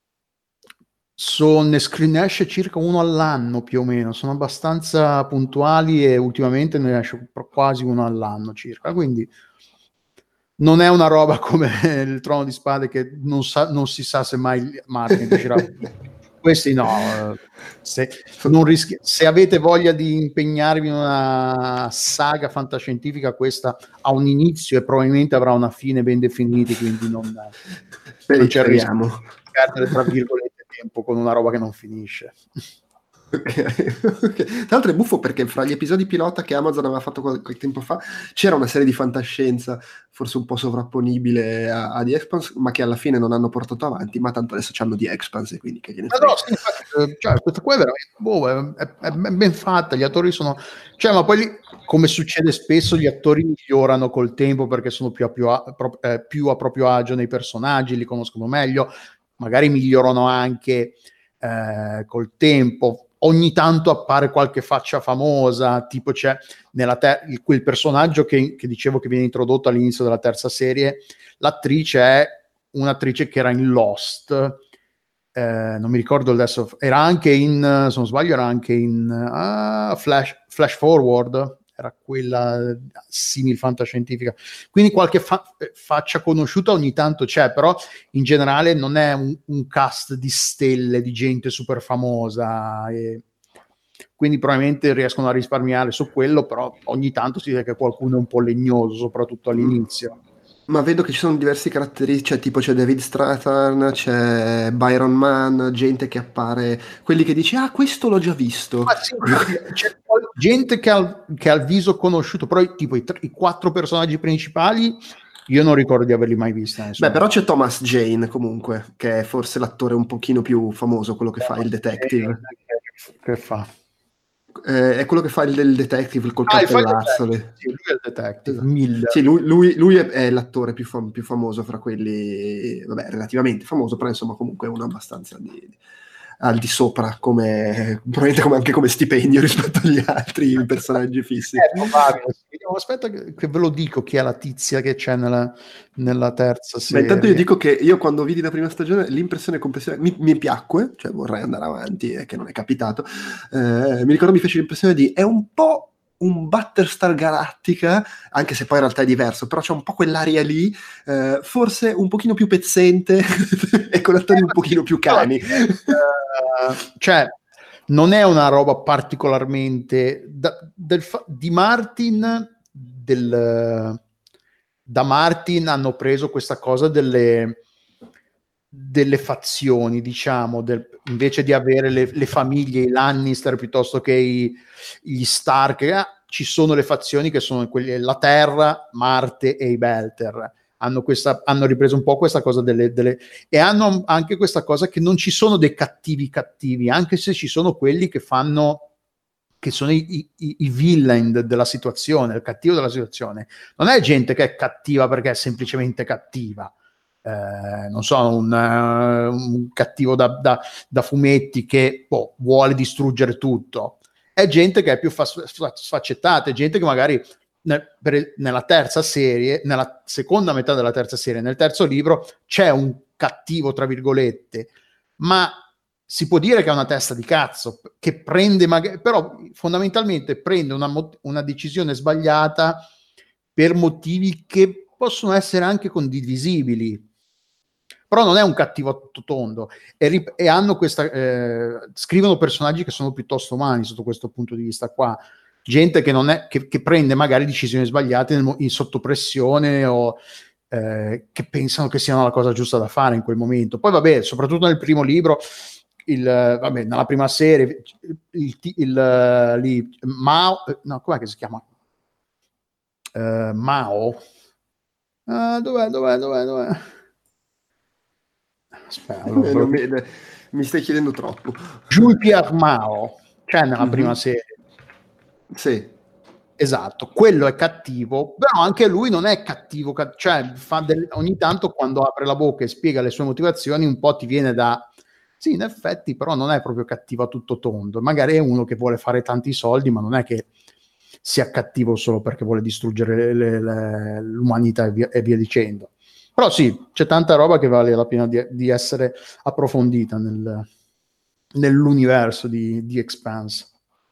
Son, ne, screen, ne esce circa uno all'anno più o meno, sono abbastanza puntuali e ultimamente ne esce quasi uno all'anno circa, quindi non è una roba come il Trono di Spade che non, sa, non si sa se mai Martin riuscirà a... Questi no, se, non rischi... se avete voglia di impegnarvi in una saga fantascientifica, questa ha un inizio e probabilmente avrà una fine ben definita, quindi non, non c'è il rischio di perdere tra virgolette tempo con una roba che non finisce. Okay. Okay. Tra l'altro è buffo perché fra gli episodi pilota che Amazon aveva fatto qualche tempo fa c'era una serie di fantascienza forse un po' sovrapponibile a, a The Expanse, ma che alla fine non hanno portato avanti, ma tanto adesso c'hanno The Expanse, quindi che gliene frega. No, sì, infatti, cioè, questa qua è veramente boh, è, è, è ben fatta, gli attori sono... Cioè, ma poi, lì, come succede spesso, gli attori migliorano col tempo perché sono più a, più a, eh, più a proprio agio nei personaggi, li conoscono meglio, magari migliorano anche eh, col tempo. ogni tanto appare qualche faccia famosa, tipo c'è nella ter- quel personaggio che, che dicevo che viene introdotto all'inizio della terza serie, l'attrice è un'attrice che era in Lost, eh, non mi ricordo adesso, era anche in, se non sbaglio era anche in uh, Flash, Flash Forward, era quella simil fantascientifica, quindi qualche fa- faccia conosciuta ogni tanto c'è, però in generale non è un, un cast di stelle, di gente super famosa, e quindi probabilmente riescono a risparmiare su quello, però ogni tanto si vede che qualcuno è un po' legnoso, soprattutto all'inizio. Ma vedo che ci sono diversi caratteristici, cioè tipo c'è David Strathairn, c'è Byron Mann, gente che appare, quelli che dici, ah, questo l'ho già visto. Ah, sì, c'è gente che ha, che ha il viso conosciuto, però tipo i, tre, i quattro personaggi principali io non ricordo di averli mai visti. Beh, però c'è Thomas Jane comunque, che è forse l'attore un pochino più famoso, quello che fa il detective. Che, che fa? Eh, è quello che fa il del detective col Ah, coltellazzo. sì, lui è il detective. Esatto. Miller. Sì, lui, lui, lui è, è l'attore più, fam- più famoso fra quelli, vabbè, relativamente famoso, però insomma comunque è uno abbastanza di, di- al di sopra, come, probabilmente come, anche come stipendio rispetto agli altri personaggi fissi. È probabile. Aspetta che, che ve lo dico chi è la tizia che c'è nella, nella terza Beh, serie. intanto io dico che io quando vidi la prima stagione l'impressione complessiva mi, mi piacque, cioè vorrei andare avanti e che non è capitato. Eh, mi ricordo mi fece l'impressione di è un po' un Battlestar Galactica, anche se poi in realtà è diverso, però c'è un po' quell'aria lì, eh, forse un pochino più pezzente e con attori Eh, un pochino più cani. Uh, cioè non è una roba particolarmente da, del fa- di Martin del, da Martin hanno preso questa cosa delle delle fazioni, diciamo, del, invece di avere le, le famiglie, i Lannister piuttosto che i, gli Stark, eh, ci sono le fazioni che sono quelle, la Terra, Marte e i Belter. Hanno, questa, hanno ripreso un po' questa cosa delle, delle e hanno anche questa cosa che non ci sono dei cattivi cattivi, anche se ci sono quelli che fanno che sono i, i, i villain della situazione, il cattivo della situazione. Non è gente che è cattiva perché è semplicemente cattiva. Eh, non so, un, uh, un cattivo da, da, da fumetti che boh, vuole distruggere tutto. È gente che è più sfaccettata, è gente che magari nel, per, nella terza serie, nella seconda metà della terza serie, nel terzo libro, c'è un cattivo, tra virgolette, ma si può dire che è una testa di cazzo, che prende, magari, però fondamentalmente prende una, una decisione sbagliata per motivi che possono essere anche condivisibili, però non è un cattivo a tutto tondo, e, rip- e hanno questa eh, scrivono personaggi che sono piuttosto umani sotto questo punto di vista qua, gente che non è che, che prende magari decisioni sbagliate nel, in sotto pressione o eh, che pensano che siano la cosa giusta da fare in quel momento. Poi vabbè, soprattutto nel primo libro, il, vabbè, nella prima serie il, il, il lì, Mao, no, com'è che si chiama? Uh, Mao uh, dov'è, dov'è, dov'è, dov'è? Aspetta, allora, eh, mi, mi stai chiedendo troppo. Jules Pierre Mao c'è nella mm-hmm. prima serie. Sì. Esatto, quello è cattivo, però anche lui non è cattivo, cioè fa del, ogni tanto quando apre la bocca e spiega le sue motivazioni un po' ti viene da sì, in effetti, però non è proprio cattivo a tutto tondo, magari è uno che vuole fare tanti soldi, ma non è che sia cattivo solo perché vuole distruggere le, le, l'umanità e via, e via dicendo. Però sì, c'è tanta roba che vale la pena di, di essere approfondita nel, nell'universo di, di Expanse.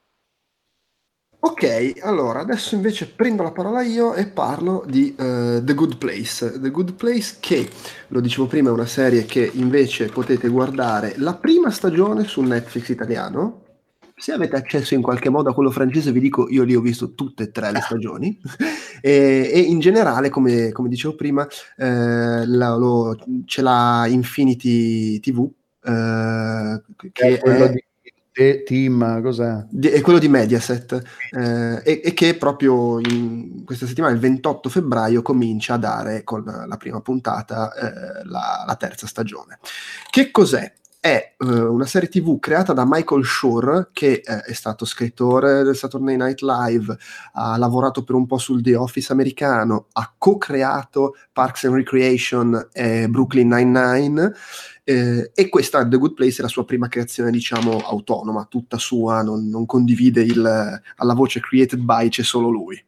Ok, allora adesso invece prendo la parola io e parlo di uh, The Good Place. The Good Place che, lo dicevo prima, è una serie che invece potete guardare la prima stagione su Netflix italiano. Se avete accesso in qualche modo a quello francese, vi dico, io lì ho visto tutte e tre le stagioni. e, e in generale, come, come dicevo prima, eh, la, lo, c'è la Infinity T V, eh, che è quello è... di Team, cos'è? È quello di Mediaset, eh, e, e che proprio in questa settimana, il ventotto febbraio, comincia a dare con la prima puntata eh, la, la terza stagione. Che cos'è? È eh, una serie tivù creata da Michael Schur, che eh, è stato scrittore del Saturday Night Live, ha lavorato per un po' sul The Office americano, ha co-creato Parks and Recreation e Brooklyn Nine-Nine, eh, e questa The Good Place è la sua prima creazione, diciamo, autonoma, tutta sua, non, non condivide il, alla voce created by, c'è solo lui.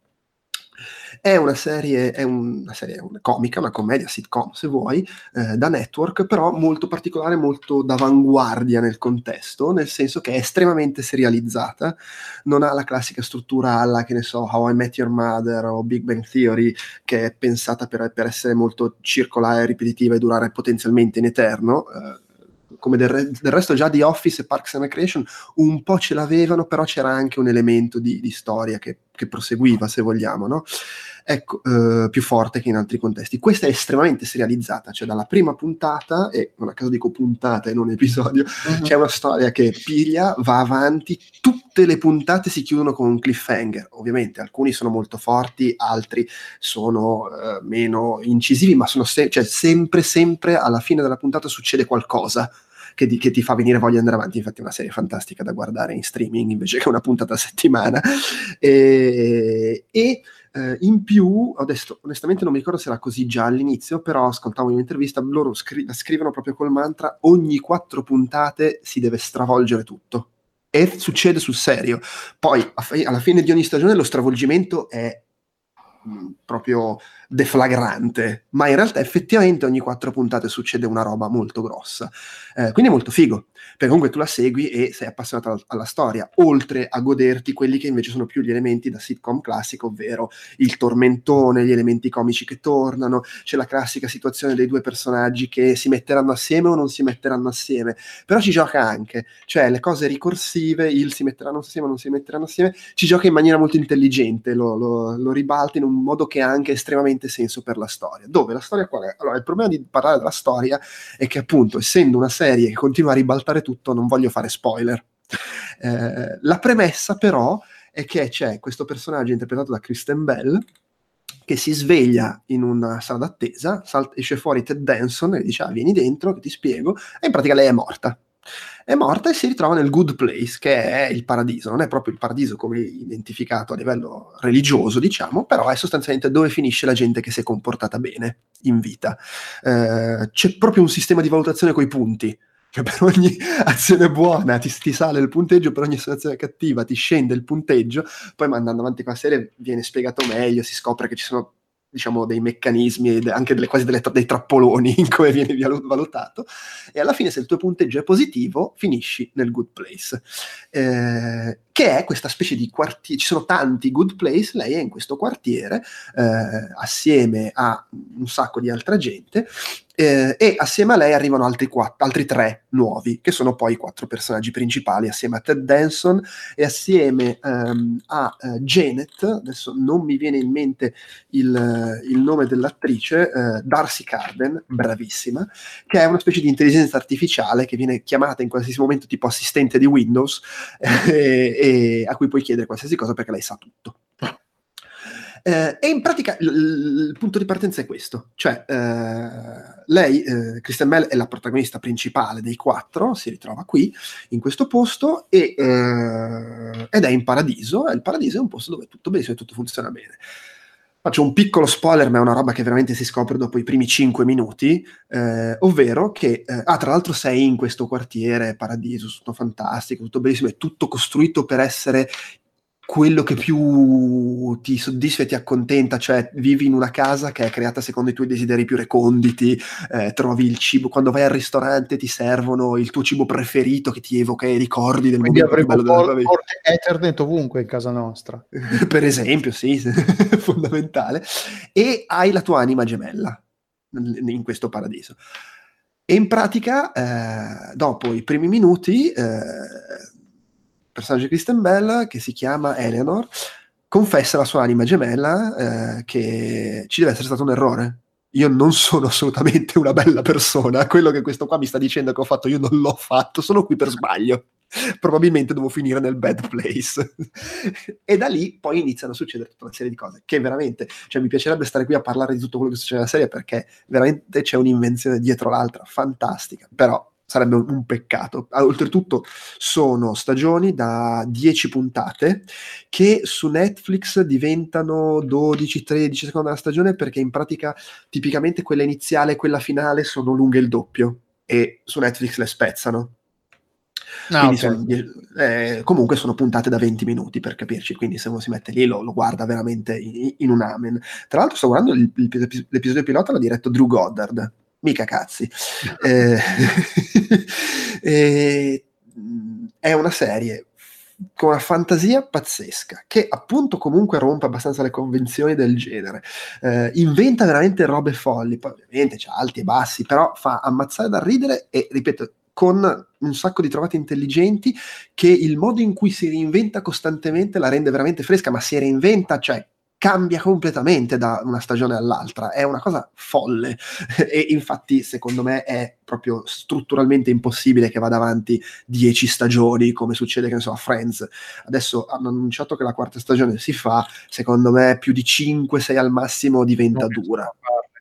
È una serie, è una serie una comica, una commedia, sitcom se vuoi, eh, da network, però molto particolare, molto d'avanguardia nel contesto, nel senso che è estremamente serializzata, non ha la classica struttura alla, che ne so, How I Met Your Mother o Big Bang Theory, che è pensata per, per essere molto circolare, ripetitiva e durare potenzialmente in eterno. Eh, come del, re- del resto già The Office e Parks and Recreation un po' ce l'avevano, però c'era anche un elemento di, di storia che, che proseguiva, se vogliamo, no? Ecco, eh, più forte che in altri contesti. Questa è estremamente serializzata, cioè dalla prima puntata, e non a caso dico puntata e non episodio, uh-huh. C'è una storia che piglia, va avanti, tutte le puntate si chiudono con un cliffhanger. Ovviamente alcuni sono molto forti, altri sono eh, meno incisivi, ma sono se- cioè, sempre, sempre alla fine della puntata succede qualcosa Che, di, che ti fa venire voglia di andare avanti. Infatti è una serie fantastica da guardare in streaming invece che una puntata a settimana. E, e eh, in più, adesso onestamente non mi ricordo se era così già all'inizio, però ascoltavo in un'intervista, loro scri- scrivono proprio col mantra: ogni quattro puntate si deve stravolgere tutto. E succede sul serio. Poi alla fine di ogni stagione lo stravolgimento è proprio deflagrante, ma in realtà effettivamente ogni quattro puntate succede una roba molto grossa, eh, quindi è molto figo, perché comunque tu la segui e sei appassionato alla, alla storia, oltre a goderti quelli che invece sono più gli elementi da sitcom classico, ovvero il tormentone, gli elementi comici che tornano, c'è la classica situazione dei due personaggi che si metteranno assieme o non si metteranno assieme, però ci gioca anche, cioè le cose ricorsive, il si metteranno assieme o non si metteranno assieme, ci gioca in maniera molto intelligente, lo, lo, lo ribalta in un modo che ha anche estremamente senso per la storia. Dove la storia qual è? Allora, il problema di parlare della storia è che appunto, essendo una serie che continua a ribaltare tutto, non voglio fare spoiler. Eh, la premessa però è che c'è questo personaggio interpretato da Kristen Bell che si sveglia in una sala d'attesa, sal- esce fuori Ted Danson e dice: ah, vieni dentro che ti spiego, e in pratica lei è morta. È morta e si ritrova nel Good Place, che è il paradiso. Non è proprio il paradiso come identificato a livello religioso, diciamo, però è sostanzialmente dove finisce la gente che si è comportata bene in vita. Eh, c'è proprio un sistema di valutazione coi punti. Cioè per ogni azione buona ti, ti sale il punteggio, per ogni azione cattiva ti scende il punteggio. Poi andando avanti con la serie viene spiegato meglio, si scopre che ci sono, diciamo, dei meccanismi e anche delle, quasi delle, dei trappoloni in come viene valutato, e alla fine se il tuo punteggio è positivo finisci nel Good Place, eh, che è questa specie di quartiere. Ci sono tanti Good Place, lei è in questo quartiere eh, assieme a un sacco di altra gente, eh, e assieme a lei arrivano altri, quattro, altri tre nuovi, che sono poi i quattro personaggi principali, assieme a Ted Danson e assieme um, a uh, Janet, adesso non mi viene in mente il, il nome dell'attrice, uh, Darcy Carden, bravissima, che è una specie di intelligenza artificiale che viene chiamata in qualsiasi momento tipo assistente di Windows, e, e a cui puoi chiedere qualsiasi cosa perché lei sa tutto. Eh, e in pratica l- l- il punto di partenza è questo, cioè eh, lei, eh, Kristen Bell, è la protagonista principale dei quattro, si ritrova qui, in questo posto, e, eh, ed è in paradiso, e il paradiso è un posto dove tutto benissimo e tutto funziona bene. Faccio un piccolo spoiler, ma è una roba che veramente si scopre dopo i primi cinque minuti, eh, ovvero che, eh, ah, tra l'altro sei in questo quartiere, paradiso, tutto fantastico, tutto bellissimo, è tutto costruito per essere quello che più ti soddisfa e ti accontenta, cioè vivi in una casa che è creata secondo i tuoi desideri più reconditi, eh, trovi il cibo, quando vai al ristorante ti servono il tuo cibo preferito che ti evoca i ricordi del Quindi momento più bello della tua vita. Ethernet ovunque in casa nostra. Per esempio, sì, fondamentale. E hai la tua anima gemella in questo paradiso. E in pratica, eh, dopo i primi minuti, eh, il personaggio di Kristen Bell, che si chiama Eleanor, confessa alla sua anima gemella eh, che ci deve essere stato un errore. Io non sono assolutamente una bella persona, quello che questo qua mi sta dicendo che ho fatto io non l'ho fatto, sono qui per sbaglio, probabilmente devo finire nel bad place. E da lì poi iniziano a succedere tutta una serie di cose che veramente, cioè mi piacerebbe stare qui a parlare di tutto quello che succede nella serie, perché veramente c'è un'invenzione dietro l'altra fantastica, però sarebbe un, un peccato. Oltretutto sono stagioni da dieci puntate che su Netflix diventano dodici tredici secondi alla stagione, perché in pratica tipicamente quella iniziale e quella finale sono lunghe il doppio, e su Netflix le spezzano. Ah, Quindi okay. sono, eh, comunque sono puntate da venti minuti, per capirci, quindi se uno si mette lì lo, lo guarda veramente in, in un amen. Tra l'altro sto guardando il, il, l'episodio pilota, l'ha diretto Drew Goddard, mica cazzi. eh, eh, è una serie con una fantasia pazzesca, che appunto comunque rompe abbastanza le convenzioni del genere, eh, inventa veramente robe folli, poi ovviamente c'ha alti e bassi, però fa ammazzare da ridere e, ripeto, con un sacco di trovate intelligenti, che il modo in cui si reinventa costantemente la rende veramente fresca, ma si reinventa, cioè cambia completamente da una stagione all'altra, è una cosa folle e infatti secondo me è proprio strutturalmente impossibile che vada avanti dieci stagioni come succede, che ne so, a Friends. Adesso hanno annunciato che la quarta stagione si fa, secondo me più di cinque sei al massimo diventa Non dura.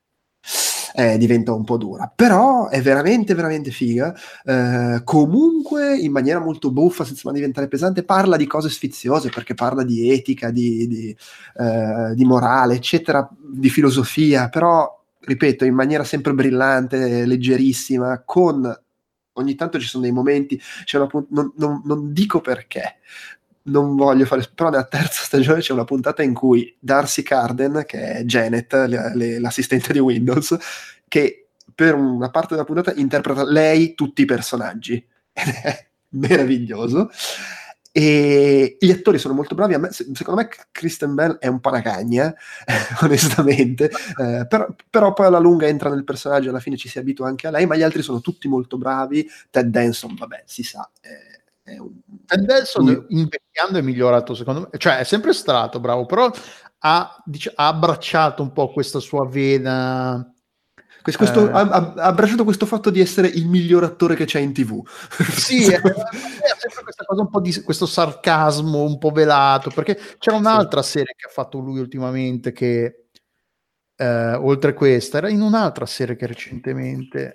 Eh, diventa un po' dura, però è veramente veramente figa, eh, comunque in maniera molto buffa, senza mai diventare pesante, parla di cose sfiziose, perché parla di etica, di, di, eh, di morale, eccetera, di filosofia, però ripeto, in maniera sempre brillante, leggerissima, con ogni tanto ci sono dei momenti, c'è una, non, non, non dico perché, non voglio fare, però nella terza stagione c'è una puntata in cui Darcy Carden, che è Janet, le, le, l'assistente di Windows, che per una parte della puntata interpreta lei tutti i personaggi ed è meraviglioso, e gli attori sono molto bravi. A me, secondo me Kristen Bell è un po' una cagna, onestamente, eh, però, però poi alla lunga entra nel personaggio, alla fine ci si abitua anche a lei, ma gli altri sono tutti molto bravi. Ted Danson, vabbè, si sa, è, è un... Ted Danson invecchiando è migliorato secondo me, cioè è sempre stato bravo, però ha, dic- ha abbracciato un po' questa sua vena. Questo, questo, eh, ha, ha abbracciato questo fatto di essere il miglior attore che c'è in tivù. Sì, è, è sempre questa cosa, un po' di questo sarcasmo un po' velato, perché c'era un'altra sì. serie che ha fatto lui ultimamente che eh, oltre questa era in un'altra serie che recentemente,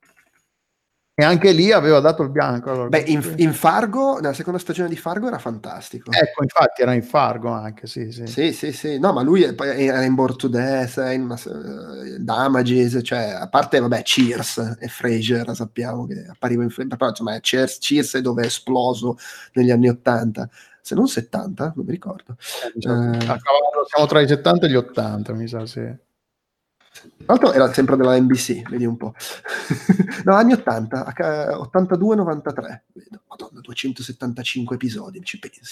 e anche lì aveva dato il bianco. Allora, beh, in, in Fargo, nella seconda stagione di Fargo era fantastico. Ecco, infatti era in Fargo anche, sì, sì. Sì, sì, sì. No, ma lui era in Born to Death, in una, uh, Damages, cioè, a parte, vabbè, Cheers e Frasier, sappiamo che appariva in frame, però, insomma, Cheers, Cheers è dove è esploso negli anni ottanta, se non settanta, non mi ricordo. Eh, diciamo, uh, a cavallo, siamo tra i settanta e gli ottanta, mi sa, sì. Tra l'altro era sempre della N B C, vedi un po'. No, anni ottanta, ottantadue novantatré, vedo. Madonna, duecentosettantacinque episodi, ci pensi.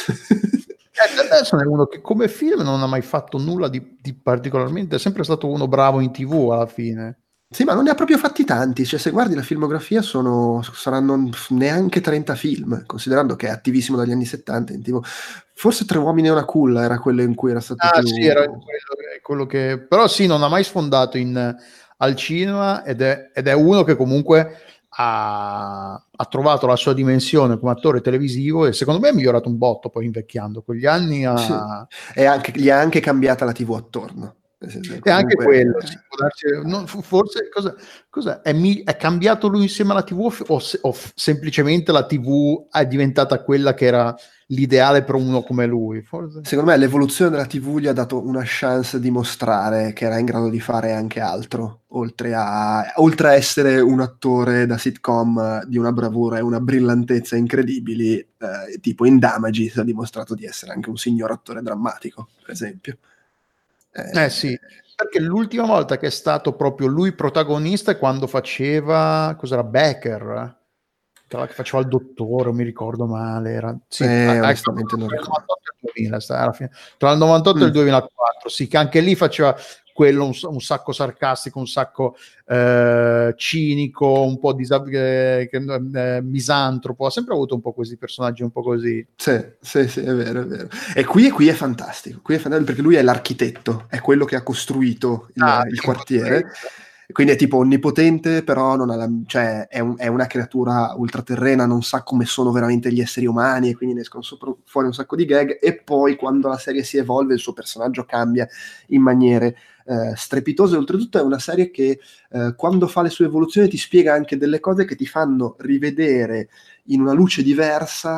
Eh, adesso è uno che come film non ha mai fatto nulla di, di particolarmente, è sempre stato uno bravo in tivù alla fine. Sì, ma non ne ha proprio fatti tanti, cioè se guardi la filmografia sono, saranno neanche trenta film, considerando che è attivissimo dagli anni settanta in tivù. Forse Tre uomini e una culla era quello in cui era stato ah, più... sì, era quello, quello che... Però sì, non ha mai sfondato in, al cinema ed è, ed è uno che comunque ha, ha trovato la sua dimensione come attore televisivo e secondo me è migliorato un botto poi invecchiando. Con gli anni ha... Sì. E anche, gli ha anche cambiata la tivù attorno. E anche quello, sì, può darsi, non, forse cosa, cosa è, mi, è cambiato lui insieme alla tivù o, o semplicemente la tivù è diventata quella che era l'ideale per uno come lui? Forse. Secondo me l'evoluzione della tivù gli ha dato una chance di mostrare che era in grado di fare anche altro, oltre a, oltre a essere un attore da sitcom di una bravura e una brillantezza incredibili, eh, tipo in Damages ha dimostrato di essere anche un signor attore drammatico, per esempio. Eh, eh sì, perché l'ultima volta che è stato proprio lui protagonista è quando faceva, cos'era, Becker, che faceva il dottore, mi ricordo male, era, sì, eh, a, onestamente non ricordo. duemila, alla fine, tra il novantotto mm. e il duemilaquattro, sì, che anche lì faceva quello un, un sacco sarcastico, un sacco eh, cinico, un po' disab- eh, eh, misantropo, ha sempre avuto un po' questi personaggi un po' così. Sì, sì, sì, è vero, è vero. E qui, e qui è fantastico, qui è fantastico perché lui è l'architetto, è quello che ha costruito il, ah, il quartiere, quindi è tipo onnipotente, però non ha la, cioè, è, un, è una creatura ultraterrena, non sa come sono veramente gli esseri umani e quindi ne escono sopra, fuori un sacco di gag, e poi quando la serie si evolve il suo personaggio cambia in maniere eh, strepitose. Oltretutto è una serie che eh, quando fa le sue evoluzioni ti spiega anche delle cose che ti fanno rivedere in una luce diversa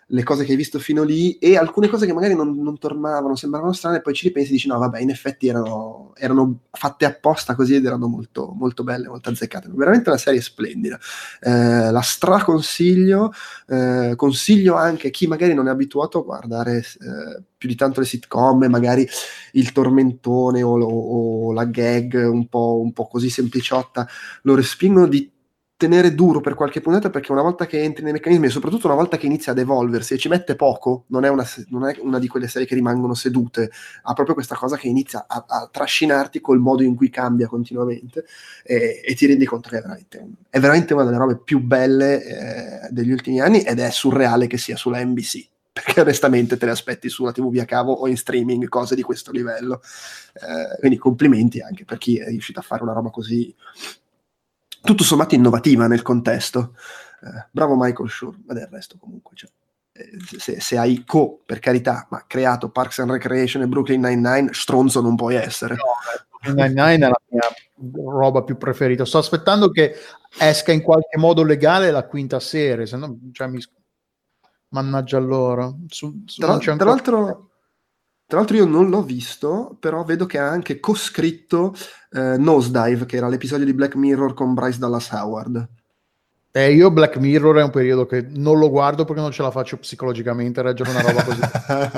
le cose che hai visto fino lì e alcune cose che magari non, non tornavano, sembravano strane, e poi ci ripensi e dici no vabbè, in effetti erano, erano fatte apposta così ed erano molto, molto belle, molto azzeccate. Veramente una serie splendida, eh, la straconsiglio, eh, consiglio anche a chi magari non è abituato a guardare eh, più di tanto le sitcom, magari il tormentone o, o la gag un po', un po' così sempliciotta, lo respingono di tenere duro per qualche puntata, perché una volta che entri nei meccanismi e soprattutto una volta che inizia ad evolversi e ci mette poco, non è una, non è una di quelle serie che rimangono sedute, ha proprio questa cosa che inizia a, a trascinarti col modo in cui cambia continuamente e, e ti rendi conto che è veramente, è veramente una delle robe più belle eh, degli ultimi anni, ed è surreale che sia sulla N B C, perché onestamente te le aspetti su una tivù via cavo o in streaming, cose di questo livello, eh, quindi complimenti anche per chi è riuscito a fare una roba così tutto sommato innovativa nel contesto. Eh, bravo Michael Schur, ma del resto comunque, cioè, eh, se, se hai co, per carità, ma creato Parks and Recreation e Brooklyn Nine-Nine, stronzo non puoi essere. No, Brooklyn Nine-Nine è la mia roba più preferita. Sto aspettando che esca in qualche modo legale la quinta serie, se no, cioè, mi... mannaggia loro. Su, su, tra, non c'è tra ancora... l'altro... Tra l'altro io non l'ho visto, però vedo che ha anche coscritto eh, Nosedive, che era l'episodio di Black Mirror con Bryce Dallas Howard. Eh, io Black Mirror è un periodo che non lo guardo perché non ce la faccio psicologicamente a reggere una roba così.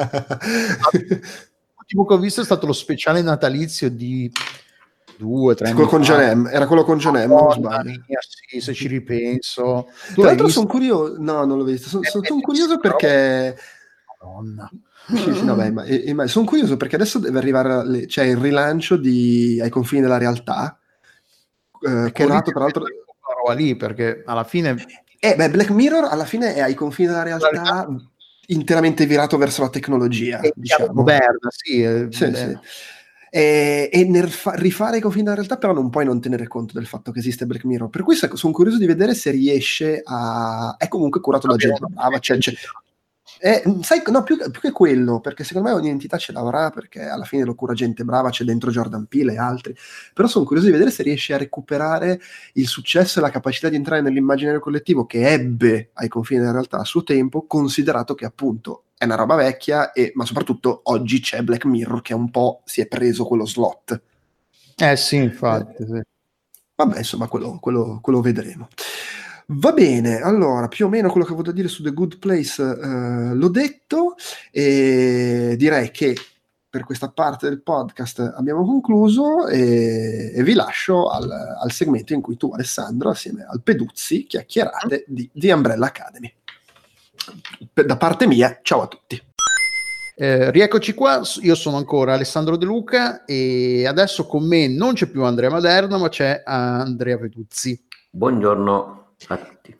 L'ultimo che ho visto è stato lo speciale natalizio di due, tre anni con fa. John M. Era quello con John M, non sbaglio. Mia, sì, se ci ripenso. Tu Tra l'hai l'altro visto? sono curioso, no, non l'ho visto, sono, sono, sono curioso però... perché... Madonna. Sì, sì, no, beh, ma, e, ma sono curioso perché adesso deve arrivare, le, c'è il rilancio di Ai confini della realtà, eh, curato tra l'altro... Una roba lì, perché alla fine... Eh, beh, Black Mirror alla fine è ai confini della realtà, interamente virato verso la tecnologia, è diciamo. Moderna, sì. È, sì, è... sì. E, e nel fa- rifare i confini della realtà però non puoi non tenere conto del fatto che esiste Black Mirror, per cui sono curioso di vedere se riesce a... è comunque curato da gente brava, cioè, cioè, eh, sai, no, più, più che quello, perché secondo me un'identità ce l'avrà, perché alla fine lo cura gente brava, c'è dentro Jordan Peele e altri, però sono curioso di vedere se riesce a recuperare il successo e la capacità di entrare nell'immaginario collettivo che ebbe ai confini della realtà a suo tempo, considerato che appunto è una roba vecchia, e, ma soprattutto oggi c'è Black Mirror che un po' si è preso quello slot. Eh sì, infatti. Eh, sì. Vabbè, insomma, quello, quello, quello vedremo. Va bene, allora, più o meno quello che avevo da dire su The Good Place eh, l'ho detto, e direi che per questa parte del podcast abbiamo concluso, e, e vi lascio al, al segmento in cui tu, Alessandro, assieme al Peduzzi, chiacchierate di The Umbrella Academy. Da parte mia, ciao a tutti. Eh, rieccoci qua, io sono ancora Alessandro De Luca e adesso con me non c'è più Andrea Maderno, ma c'è Andrea Peduzzi. Buongiorno a tutti.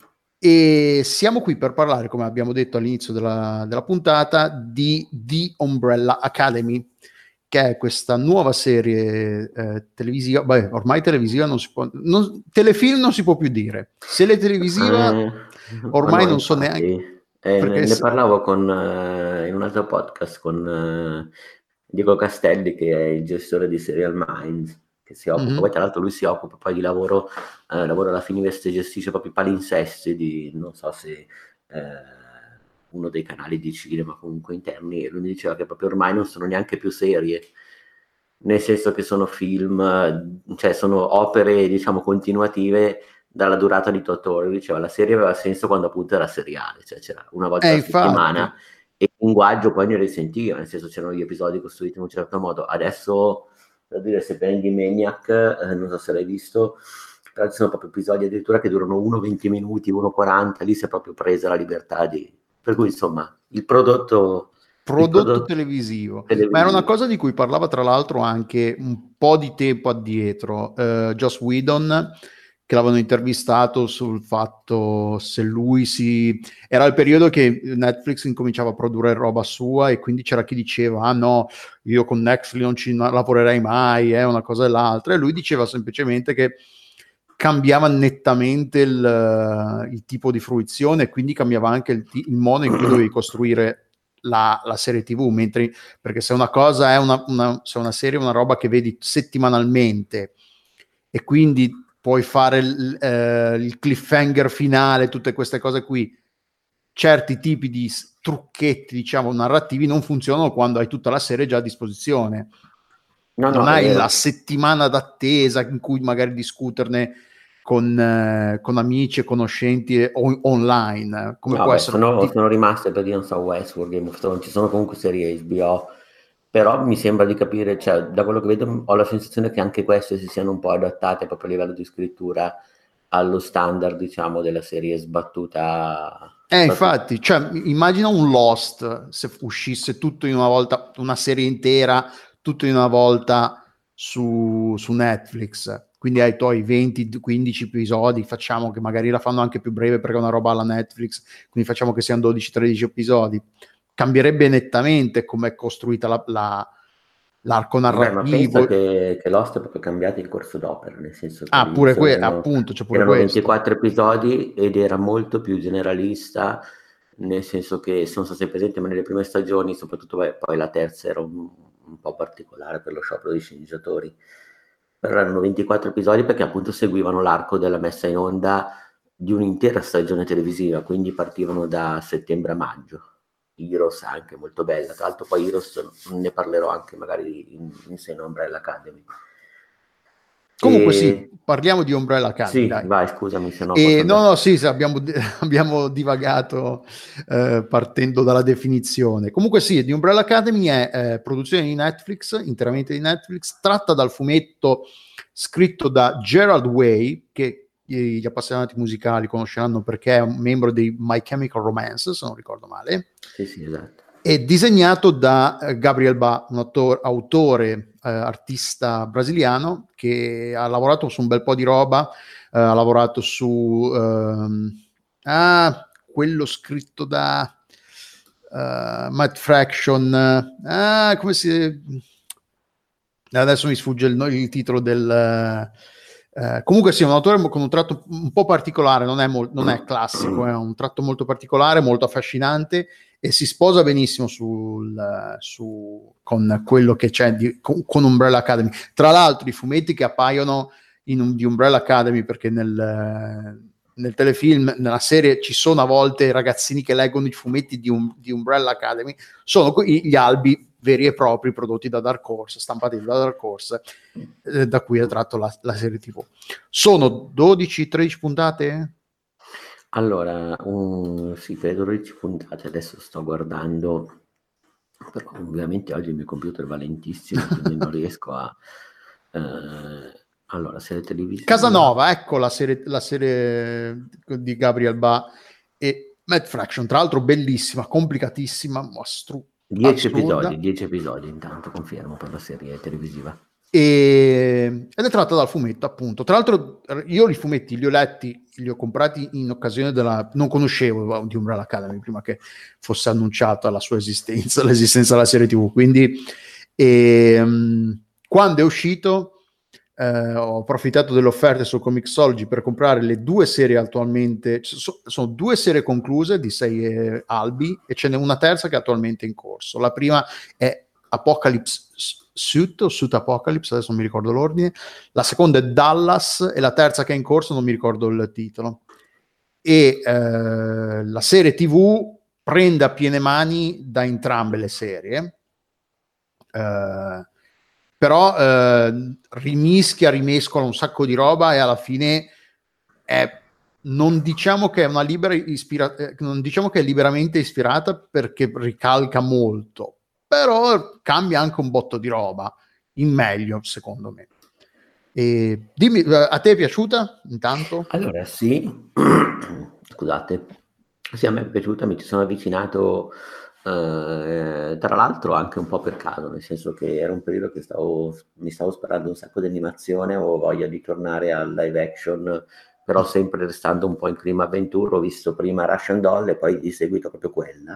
E siamo qui per parlare, come abbiamo detto all'inizio della, della puntata, di The Umbrella Academy, che è questa nuova serie eh, televisiva, beh, ormai televisiva non si può, non, telefilm non si può più dire, se l'è televisiva eh, ormai no, non so infatti, neanche... Eh, perché ne se... parlavo con, eh, in un altro podcast con eh, Diego Castelli, che è il gestore di Serial Minds, che si occupa, mm-hmm. poi tra l'altro lui si occupa poi di lavoro, eh, lavoro alla Fininvest, gestisce proprio i palinsesti di, non so se eh, uno dei canali di cinema comunque interni, e lui mi diceva che proprio ormai non sono neanche più serie, nel senso che sono film, cioè sono opere diciamo continuative dalla durata di otto ore. Diceva la serie aveva senso quando appunto era seriale, cioè c'era una volta eh, alla settimana e il linguaggio poi ne risentiva, nel senso c'erano gli episodi costruiti in un certo modo. Adesso, per dire, se prendi Maniac, eh, non so se l'hai visto, però ci sono proprio episodi addirittura che durano uno venti minuti, uno quaranta, lì si è proprio presa la libertà di... Per cui insomma, il prodotto... Prodotto, il prodotto televisivo. televisivo, ma era una cosa di cui parlava tra l'altro anche un po' di tempo addietro uh, Joss Whedon, che l'avevano intervistato sul fatto se lui si... era il periodo che Netflix incominciava a produrre roba sua e quindi c'era chi diceva ah no, io con Netflix non ci lavorerei mai, è eh, una cosa e l'altra, e lui diceva semplicemente che cambiava nettamente il, il tipo di fruizione e quindi cambiava anche il, il modo in cui dovevi costruire La, la serie tivù, mentre perché se una cosa è una, una, se una serie è una roba che vedi settimanalmente e quindi puoi fare il, eh, il cliffhanger finale, tutte queste cose qui, certi tipi di trucchetti, diciamo, narrativi non funzionano quando hai tutta la serie già a disposizione. No, non no, hai eh, la settimana d'attesa in cui magari discuterne con, eh, con amici e conoscenti on- online, come no, può beh, essere sono, ti- sono rimaste per dire, non so, Westworld, Game of Thrones, ci sono comunque serie H B O, però mi sembra di capire, cioè, da quello che vedo ho la sensazione che anche queste si siano un po' adattate proprio a livello di scrittura allo standard, diciamo, della serie sbattuta. Eh, sbattuta. infatti, cioè, immagina un Lost se uscisse tutto in una volta, una serie intera, tutto in una volta su, su Netflix. Quindi hai i tuoi venti quindici episodi, facciamo che magari la fanno anche più breve perché è una roba alla Netflix, quindi facciamo che siano dodici tredici episodi. Cambierebbe nettamente come è costruita la, la- l'arco Beh, ma pensa narrativo. che, che Lost è proprio cambiato in corso d'opera, nel senso che Ah, pure all'inizio que- erano, appunto, c'è pure erano questo. ventiquattro episodi ed era molto più generalista, nel senso che sono state presenti ma nelle prime stagioni, soprattutto beh, poi la terza era un, un po' particolare per lo sciopero dei sceneggiatori, però erano ventiquattro episodi perché appunto seguivano l'arco della messa in onda di un'intera stagione televisiva, quindi partivano da settembre a maggio. Heroes anche molto bella, tra l'altro poi Heroes ne parlerò anche magari in, in seno Umbrella Academy. Comunque sì, E... parliamo di Umbrella Academy, sì, dai. vai, scusami se no posso E, no, andare. no, sì, sì, abbiamo, abbiamo divagato eh, partendo dalla definizione. Comunque sì, di Umbrella Academy è eh, produzione di Netflix, interamente di Netflix, tratta dal fumetto scritto da Gerald Way, che gli appassionati musicali conosceranno perché è un membro dei My Chemical Romance, se non ricordo male. Sì, sì, esatto. È disegnato da eh, Gabriel Ba, un autor- autore, eh, artista brasiliano che ha lavorato su un bel po' di roba, eh, ha lavorato su ehm, ah, quello scritto da uh, Matt Fraction, ah, come si adesso mi sfugge il, il titolo del eh, comunque sì, è un autore con un tratto un po' particolare, non è, mo- non è classico, è un tratto molto particolare, molto affascinante e si sposa benissimo sul, su, con quello che c'è di, con, con Umbrella Academy. Tra l'altro i fumetti che appaiono in un, di Umbrella Academy, perché nel, nel telefilm, nella serie ci sono a volte i ragazzini che leggono i fumetti di, un, di Umbrella Academy, sono gli albi veri e propri prodotti da Dark Horse, stampati da Dark Horse, eh, da cui è tratto la, la serie tivù. Sono dodici tredici puntate? Allora, um, sì, credo dodici puntate, adesso sto guardando, però ovviamente oggi il mio computer va lentissimo, quindi non riesco a... Eh, allora, serie televisiva... Casanova, ecco la serie, la serie di Gabriel Ba e Matt Fraction, tra l'altro bellissima, complicatissima, mostru- dieci assurda. episodi, dieci episodi intanto, confermo, per la serie televisiva. E, ed è tratta dal fumetto, appunto. Tra l'altro io i fumetti li ho letti, li ho comprati in occasione della... non conoscevo di Umbrella Academy prima che fosse annunciata la sua esistenza, l'esistenza della serie tivù, quindi e, um, quando è uscito eh, ho approfittato delle offerte su Comixology per comprare le due serie attualmente, so, sono due serie concluse di sei eh, albi e ce n'è una terza che è attualmente in corso. La prima è Apocalypse Suit o Suit Apocalypse, adesso non mi ricordo l'ordine, la seconda è Dallas e la terza che è in corso non mi ricordo il titolo. E eh, la serie tivù prende a piene mani da entrambe le serie, eh, però eh, rimischia, rimescola un sacco di roba e alla fine è, non diciamo che è una libera ispira- eh, non diciamo che è liberamente ispirata perché ricalca molto, però cambia anche un botto di roba in meglio secondo me. E dimmi, a te è piaciuta intanto? Allora sì, scusate, sì, a me è piaciuta, mi ci sono avvicinato eh, tra l'altro anche un po' per caso, nel senso che era un periodo che stavo, mi stavo sparando un sacco di animazione, avevo voglia di tornare al live action, però sempre restando un po' in clima avventura. Ho visto prima Russian Doll e poi di seguito proprio quella.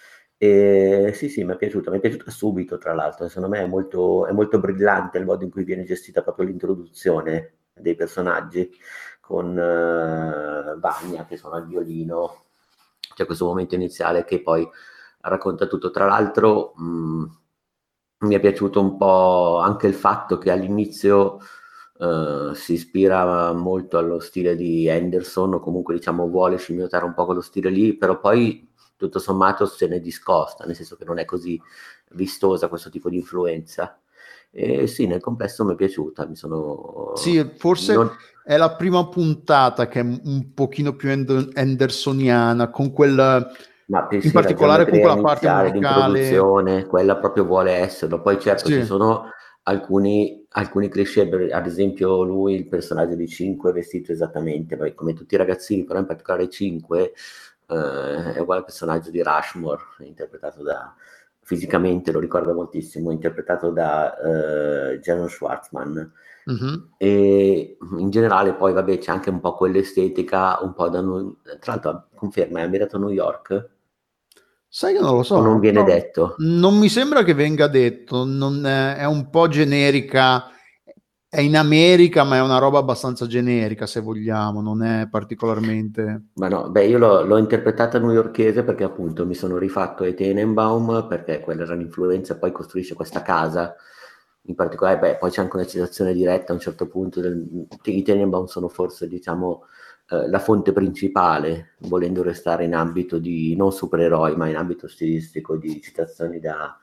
E sì, sì, mi è piaciuta, mi è piaciuta subito, tra l'altro, secondo me è molto, è molto brillante il modo in cui viene gestita proprio l'introduzione dei personaggi, con uh, Vanya che suona il violino, c'è questo momento iniziale che poi racconta tutto. Tra l'altro mh, mi è piaciuto un po' anche il fatto che all'inizio uh, si ispira molto allo stile di Henderson, o comunque diciamo vuole scimmiotare un po' quello stile lì, però poi tutto sommato se ne discosta, nel senso che non è così vistosa questo tipo di influenza. E sì, nel complesso mi è piaciuta, mi sono... Sì, forse non... è la prima puntata che è un pochino più end- andersoniana, con quel, Ma più in sì, la particolare con geometria quella parte iniziale, musicale. l'introduzione, quella proprio vuole esserlo. Poi certo ci Sì, sono alcuni, alcuni cliché, per- ad esempio lui, il personaggio di cinque, è vestito esattamente, poi come tutti i ragazzini, però in particolare cinque eh, è uguale al personaggio di Rushmore, interpretato da, fisicamente lo ricordo moltissimo, interpretato da eh, Jason Schwartzman. mhm. E in generale poi vabbè c'è anche un po' quell'estetica, un po' da New... Tra l'altro conferma, è ambientato a New York? Sai che non lo O non so, viene però detto? non mi sembra che venga detto, non è, è un po' generica, è in America, ma è una roba abbastanza generica, se vogliamo, non è particolarmente... Ma no, beh, io l'ho l'ho interpretata newyorkese perché appunto mi sono rifatto ai Tenenbaum, perché quella era l'influenza, poi costruisce questa casa, in particolare, beh, poi c'è anche una citazione diretta a un certo punto, del, i Tenenbaum sono forse, diciamo, eh, la fonte principale, volendo restare in ambito di, non supereroi, ma in ambito stilistico, di citazioni da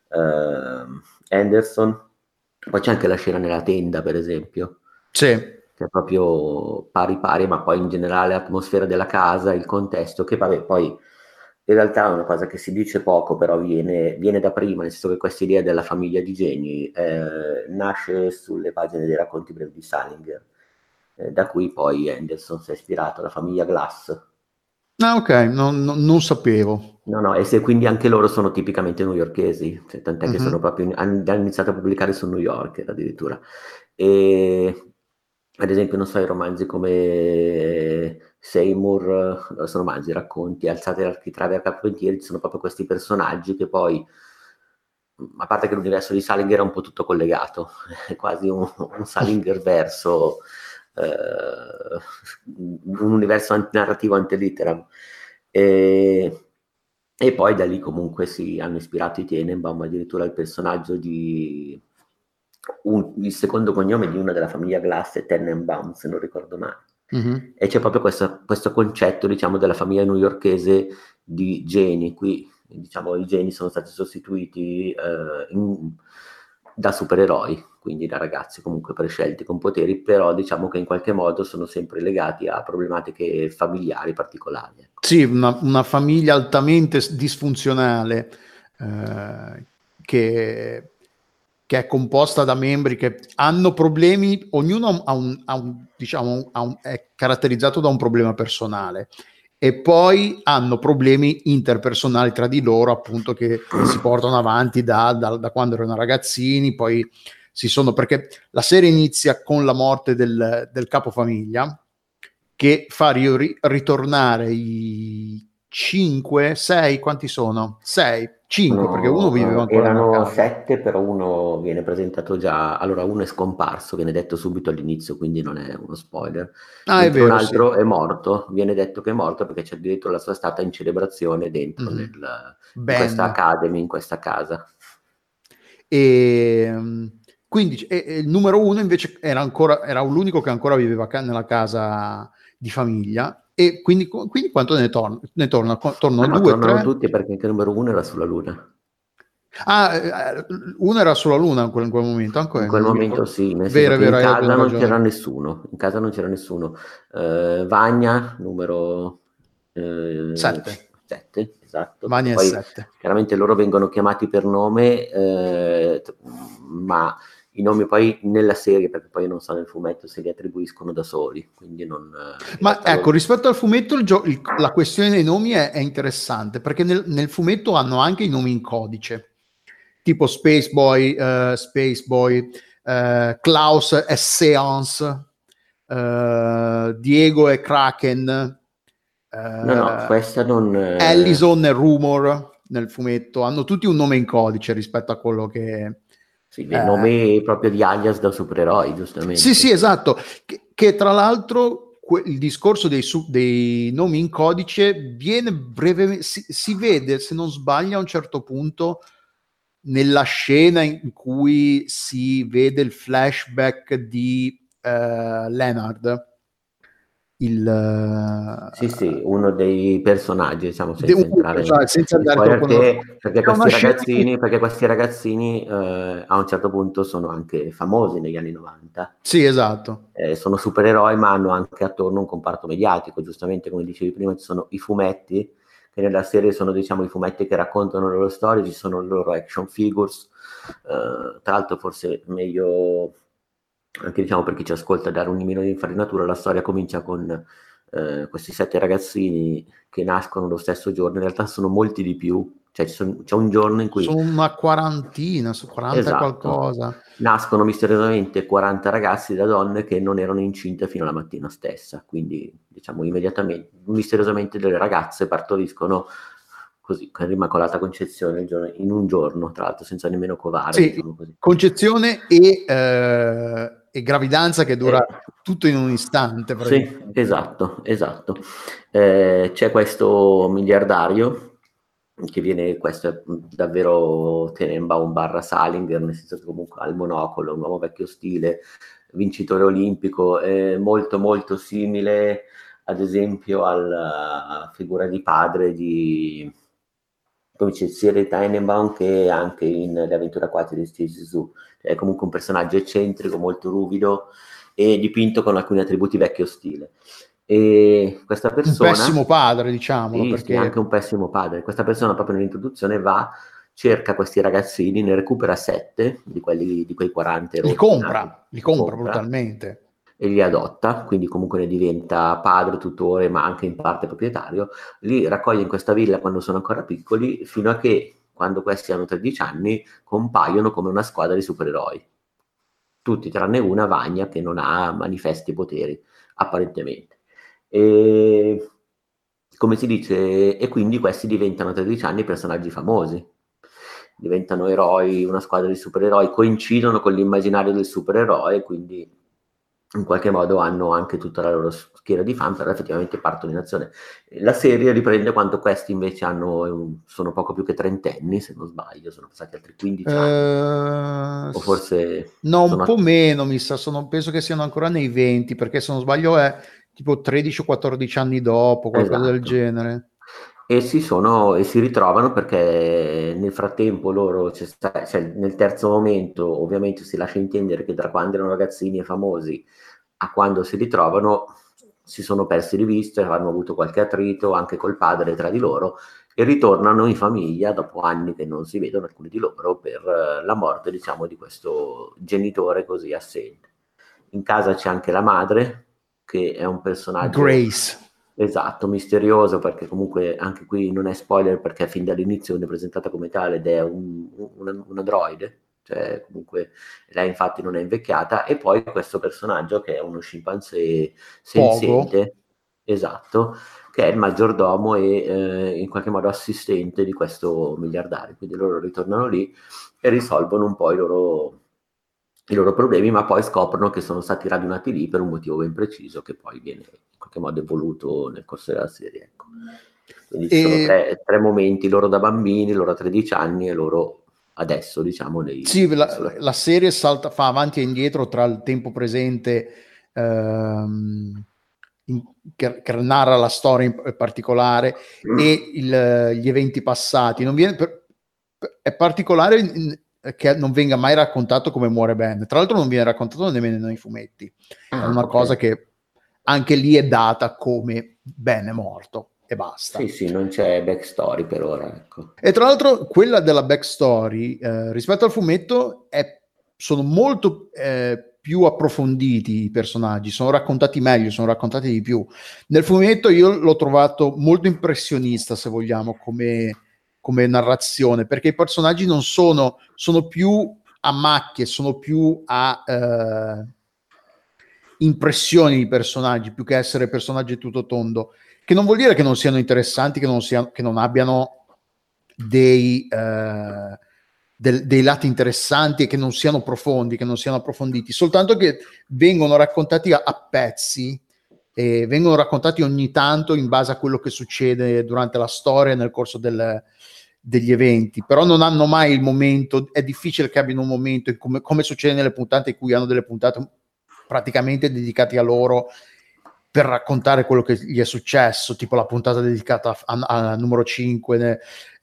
eh, Anderson. Poi c'è anche la scena nella tenda, per esempio, Sì. che è proprio pari pari, ma poi in generale l'atmosfera della casa, il contesto, che vabbè, poi in realtà è una cosa che si dice poco, però viene, viene da prima, nel senso che questa idea della famiglia di geni eh, nasce sulle pagine dei racconti brevi di Salinger, eh, da cui poi Anderson si è ispirato alla famiglia Glass. Ah, ok, non, non- non sapevo. No, no, e se quindi anche loro sono tipicamente newyorkesi, cioè, tant'è che sono Mhm. proprio, hanno hanno iniziato a pubblicare su New York addirittura. E ad esempio, non so, i romanzi come Seymour, eh, sono romanzi, racconti, Alzate l'architrave a carpentieri, ci sono proprio questi personaggi che poi, a parte che l'universo di Salinger è un po' tutto collegato, è quasi un, un Salinger verso, eh, un universo ant- narrativo ante litteram. E, e poi da lì comunque si hanno ispirato i Tenenbaum, addirittura il personaggio di un- il secondo cognome di una della famiglia Glass è Tenenbaum, se non ricordo male. Mhm. E c'è proprio questo, questo concetto, diciamo, della famiglia newyorkese di geni. Qui, diciamo, i geni sono stati sostituiti eh, in- da supereroi, quindi da ragazzi comunque prescelti con poteri, però diciamo che in qualche modo sono sempre legati a problematiche familiari particolari. Ecco. Sì, una, una famiglia altamente s- disfunzionale eh, che, che è composta da membri che hanno problemi, ognuno ha un, ha un- diciamo, ha un- è caratterizzato da un problema personale e poi hanno problemi interpersonali tra di loro, appunto, che si portano avanti da, da- da quando erano ragazzini, poi si sono, perché la serie inizia con la morte del, del capofamiglia che fa ri- ritornare i cinque, sei, quanti sono? sei, cinque, perché uno viveva Sono, eh, ancora nella erano casa. sette, però uno viene presentato già. Allora, uno è scomparso, viene detto subito all'inizio, quindi non è uno spoiler. Ah, è Mentre un vero, sì. altro è morto, viene detto che è morto perché c'è addirittura la sua stata in celebrazione dentro nel, Mhm. in questa Ben. academy, in questa casa. E mm, quindi e- e il numero uno invece era ancora era l'unico che ancora viveva ca- nella casa di famiglia e quindi, quindi quanto ne torna? Ne torna? Ma Tornano no, due, tornano tre? tutti perché anche il numero uno era sulla Luna. Ah, eh, uno era sulla Luna in quel, in quel momento, In ancora quel non mi momento ricordo. sì, nel senso Vero, è che in vero, hai casa ragione, non c'era ragione. nessuno, in casa non c'era nessuno. Eh, Vagna, numero Sette. sette, esatto, perché Vania è poi sette. chiaramente loro vengono chiamati per nome, eh, t- ma i nomi poi nella serie, perché poi non so nel fumetto, se li attribuiscono da soli, quindi non, eh, in Ma realtà ecco, loro... rispetto al fumetto, il gio- il- la questione dei nomi è, è interessante perché nel, nel fumetto hanno anche i nomi in codice, tipo Space Boy, eh, Space Boy, eh, Klaus è Seance, eh, Diego è Kraken, No, no, eh, questa non... eh, Allison è Rumor nel fumetto, hanno tutti un nome in codice rispetto a quello che... sì, beh, eh, nomi proprio di alias da supereroi, Sì, sì, giustamente. esatto, che, che tra l'altro que- il discorso dei, su- dei nomi in codice viene brevemente, si, si vede, se non sbaglio, a un certo punto nella scena in cui si vede il flashback di eh, Leonard, il sì sì uno dei personaggi, diciamo, de, senza entrare cioè, senza in andare spoiler, troppo nello che, perché è una questi scena in cui... ragazzini perché questi ragazzini eh, a un certo punto sono anche famosi negli anni novanta. Sì, esatto. Eh, sono supereroi, ma hanno anche attorno un comparto mediatico, giustamente come dicevi prima. Ci sono i fumetti, che nella serie sono, diciamo, i fumetti che raccontano le loro storie, ci sono le loro action figures. Eh, tra l'altro forse meglio, anche diciamo per chi ci ascolta, dare un minimo di infarinatura. La storia comincia con eh, questi sette ragazzini che nascono lo stesso giorno, in realtà sono molti di più, cioè ci sono, c'è un giorno in cui... Sono una quarantina, su quaranta e Esatto. qualcosa. Nascono misteriosamente quaranta ragazzi da donne che non erano incinte fino alla mattina stessa, quindi diciamo immediatamente, misteriosamente delle ragazze partoriscono così, con l'Immacolata Concezione il giorno- in un giorno, tra l'altro senza nemmeno covare, Sì, diciamo così. concezione e, eh, e gravidanza che dura Eh, tutto in un istante, sì, praticamente. esatto, esatto. Eh, c'è questo miliardario che viene, questo è davvero Tenenbaum barra Salinger, nel senso che comunque ha il monocolo, un uomo vecchio stile, vincitore olimpico, eh, molto molto simile ad esempio alla figura di padre di, come dice, sia di Tenenbaum che anche in Le avventure acquatiche di Steve Zissou. È comunque un personaggio eccentrico, molto ruvido e dipinto con alcuni attributi vecchio stile. E questa Un persona, pessimo padre, diciamolo, sì, sì, anche perché un pessimo padre, questa persona proprio nell'introduzione va, cerca questi ragazzini, ne recupera sette di, quelli, di quei quaranta li erotti nati, compra, li li compra compra brutalmente. e li adotta, quindi comunque ne diventa padre, tutore, ma anche in parte proprietario. Li raccoglie in questa villa quando sono ancora piccoli, fino a che, quando questi hanno tredici anni, compaiono come una squadra di supereroi. Tutti tranne una, Vanya, che non ha manifesti poteri, apparentemente. E come si dice, e quindi questi diventano a tredici anni personaggi famosi, diventano eroi, una squadra di supereroi, coincidono con l'immaginario del supereroe, quindi in qualche modo hanno anche tutta la loro schiera di fan, però effettivamente partono in azione. La serie riprende quando questi invece hanno, sono poco più che trentenni, se non sbaglio, sono passati altri quindici anni, Eh, o forse no, un sono... po' meno, mi sa, sono, penso che siano ancora nei venti, perché se non sbaglio è tipo tredici o quattordici anni dopo, qualcosa del Esatto. genere. E si sono e si ritrovano perché nel frattempo loro, c'è sta- cioè, nel terzo momento, ovviamente si lascia intendere che da quando erano ragazzini e famosi a quando si ritrovano si sono persi di vista, hanno avuto qualche attrito anche col padre tra di loro e ritornano in famiglia dopo anni che non si vedono alcuni di loro per eh, la morte, diciamo, di questo genitore così assente. In casa c'è anche la madre, che è un personaggio Grace. esatto, misterioso, perché comunque anche qui non è spoiler perché fin dall'inizio viene presentata come tale ed è un, una, una droide, cioè comunque lei infatti non è invecchiata, e poi questo personaggio che è uno scimpanzé Pogo. senziente, esatto, che è il maggiordomo e eh, in qualche modo assistente di questo miliardario, quindi loro ritornano lì e risolvono un po' i loro, i loro problemi, ma poi scoprono che sono stati radunati lì per un motivo ben preciso che poi viene in qualche modo evoluto nel corso della serie. Ecco. Quindi ci sono E tre, tre momenti, loro da bambini, loro a tredici anni e loro adesso, diciamo, nei, sì, la, sulla... la serie salta, fa avanti e indietro tra il tempo presente ehm, in- che, che narra la storia in particolare e il- gli eventi passati. Non viene per- è particolare in- che non venga mai raccontato come muore Ben. Tra l'altro non viene raccontato nemmeno nei fumetti. È Ah, una ok. cosa che anche lì è data come Ben è morto e basta. Sì, sì, non c'è backstory per ora, ecco. E tra l'altro quella della backstory eh, rispetto al fumetto è, sono molto eh, più approfonditi i personaggi, sono raccontati meglio, sono raccontati di più. Nel fumetto io l'ho trovato molto impressionista, se vogliamo, come, come narrazione, perché i personaggi non sono, sono più a macchie, sono più a eh, impressioni di personaggi, più che essere personaggi tutto tondo, che non vuol dire che non siano interessanti, che non, siano, che non abbiano dei, eh, del, dei lati interessanti e che non siano profondi, che non siano approfonditi, soltanto che vengono raccontati a, a pezzi e vengono raccontati ogni tanto in base a quello che succede durante la storia nel corso del, degli eventi, però non hanno mai il momento, è difficile che abbiano un momento come, come succede nelle puntate in cui hanno delle puntate praticamente dedicate a loro per raccontare quello che gli è successo, tipo la puntata dedicata al numero cinque,